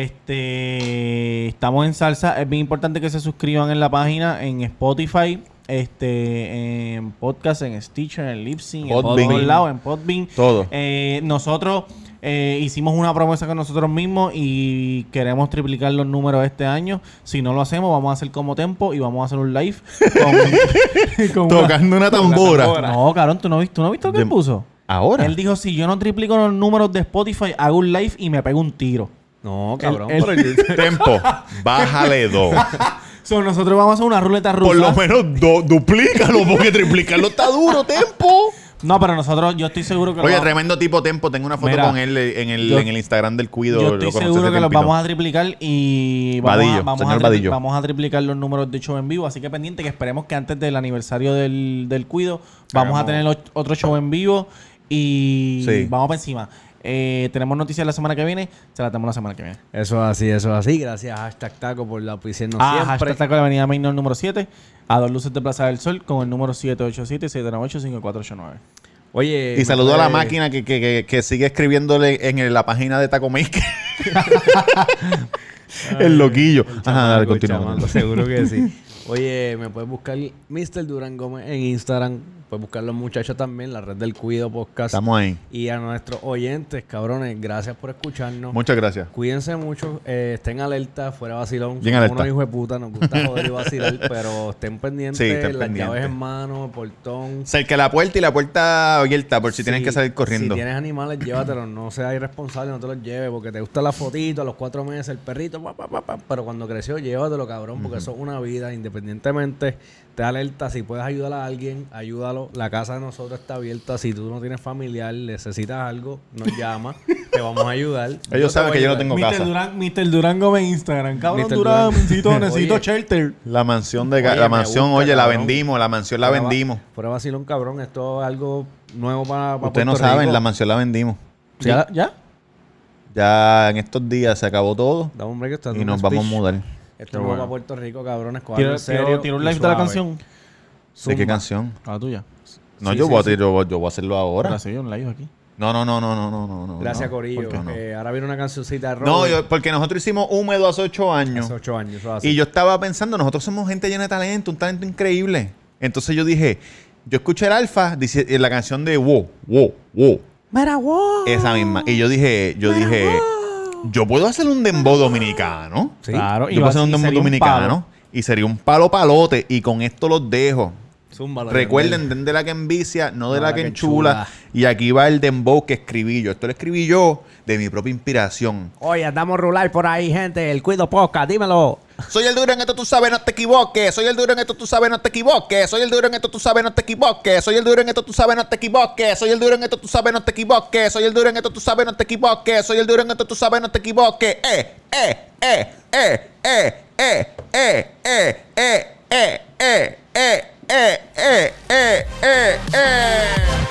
Este, estamos en salsa. Es bien importante que se suscriban en la página, en Spotify, este, en podcast, en Stitcher, en Libsyn, en Podbean. todos lados, en Podbean. Todo. Eh, nosotros eh, hicimos una promesa con nosotros mismos y queremos triplicar los números este año. Si no lo hacemos, vamos a hacer como Tempo y vamos a hacer un live con, con Tocando una tambora. No, cabrón, ¿tú no, viste, ¿tú no viste lo que De- él puso? Ahora. Él dijo, si yo no triplico los números de Spotify, hago un live y me pego un tiro. No, cabrón. El- pero el- yo- Tempo, bájale dos. So, nosotros vamos a hacer una ruleta rusa. Por lo menos do- duplícalo, porque triplicarlo está duro, Tempo. No, pero nosotros, yo estoy seguro que... lo Oye, vamos- tremendo tipo Tempo. Tengo una foto Mira, con él en el, yo- en el Instagram del Cuido. Yo Lo estoy conocí seguro hace que los tiempito. vamos a triplicar y vamos, Vadillo, a, vamos, señor a, tri- Vadillo. vamos a triplicar los números de show en vivo. Así que pendiente que esperemos que antes del aniversario del, del Cuido vamos Hagamos- a tener ot- otro show en vivo y Sí. vamos para encima. Eh, tenemos noticias la semana que viene, se la tenemos la semana que viene. Eso es así, eso es así. Gracias a Hashtag Taco por la auspiciarnos Ah, siempre. hashtag Taco de la Avenida Mainor número siete, a dos luces de Plaza del Sol con el número siete ocho siete, siete nueve ocho, cinco cuatro ocho nueve. Oye, Y me saludo a la puede- máquina que, que, que, que sigue escribiéndole en el- la página de Taco Maker. El loquillo. El Ajá, chamaco, dale, el continúa. chamaco, seguro que sí. Oye, me puedes buscar mister Durán Gómez en Instagram. Puedes buscar los muchachos también, la red del Cuido Podcast. Estamos ahí. Y a nuestros oyentes, cabrones, gracias por escucharnos. Muchas gracias. Cuídense mucho, eh, estén alerta, fuera vacilón. Bien Somos alerta. unos hijos de puta, nos gusta joder y vacilar, pero estén pendientes, Sí, estén las pendientes. llaves en mano, portón. Cerca de la puerta y la puerta abierta por si tienes Sí, que salir corriendo. Si tienes animales, llévatelos. No seas irresponsable, no te los lleves porque te gusta la fotito a los cuatro meses, el perrito, pa, pa, pa, pa, pero cuando creció, llévatelo, cabrón, porque eso es una vida. Independientemente, te alerta. Si puedes ayudar a alguien, ayúdalo. La casa de nosotros está abierta. Si tú no tienes familiar, necesitas algo, nos llama. Te vamos a ayudar. Ellos saben te voy que a yo no ayudar. tengo mister casa. Durán, mister Durán Gómez en Instagram. Cabrón, mister Durán, Durán. necesito, necesito Oye. shelter. La mansión de ca- Oye, la me mansión, gusta, oye, la cabrón. vendimos, la mansión la Fuera va- vendimos. Fuera vacilón, cabrón. Esto es algo nuevo para, para Ustedes no Puerto saben, Rico. la mansión la vendimos. ¿Ya? ¿Ya? Ya en estos días se acabó todo Dame un break, esto es y un nos vamos a speech. mudar. Esto es Qué nuevo bueno. para Puerto Rico, cabrones. Tiro, Tiro, en serio tiro, tiro un y live de la suave. canción. ¿De qué Zumba. canción? A la tuya. No, Sí, yo, sí, voy a, sí. yo, yo voy a hacerlo ahora. Ahora sí, un live aquí. No, no, no, no, no, no, no, no. Gracias, no. Corillo. ¿Por qué no? Eh, ahora viene una cancioncita de rock. No, yo, porque nosotros hicimos Húmedo hace ocho años. Hace ocho años. Eso es así. Y yo estaba pensando, nosotros somos gente llena de talento, un talento increíble. Entonces yo dije, yo escuché el Alfa, dice eh, la canción de Wow, Wow, Wow. Mira, wow. Esa misma. Y yo dije, yo dije, yo puedo hacer un dembow dominicano. Sí. Claro, Yo puedo hacer un y dembow sería un dominicano. palo. Y sería un palo palote. Y con esto los dejo. Zúmbalo, Recuerden, Yandel. den de la que envicia, no de la que enchula. Y aquí va el dembow que escribí yo. Esto lo escribí yo de mi propia inspiración. Oye, andamos a rular por ahí, gente. El Cuido Podcast, dímelo. Soy el duro en esto, tú sabes, no te equivoques. Soy el duro en esto, tú sabes, no te equivoques. Soy el duro en esto, tú sabes, no te equivoques. Soy el duro en esto, tú sabes, no te equivoques. Soy el duro en esto, tú sabes, no te equivoques. Soy el duro en esto, tú sabes, no te equivoques. Soy el duro en esto, tú sabes, no te equivoques. Eh, eh, eh, eh, eh, eh, eh, eh, eh, eh, eh, eh, eh, eh, eh, eh, eh.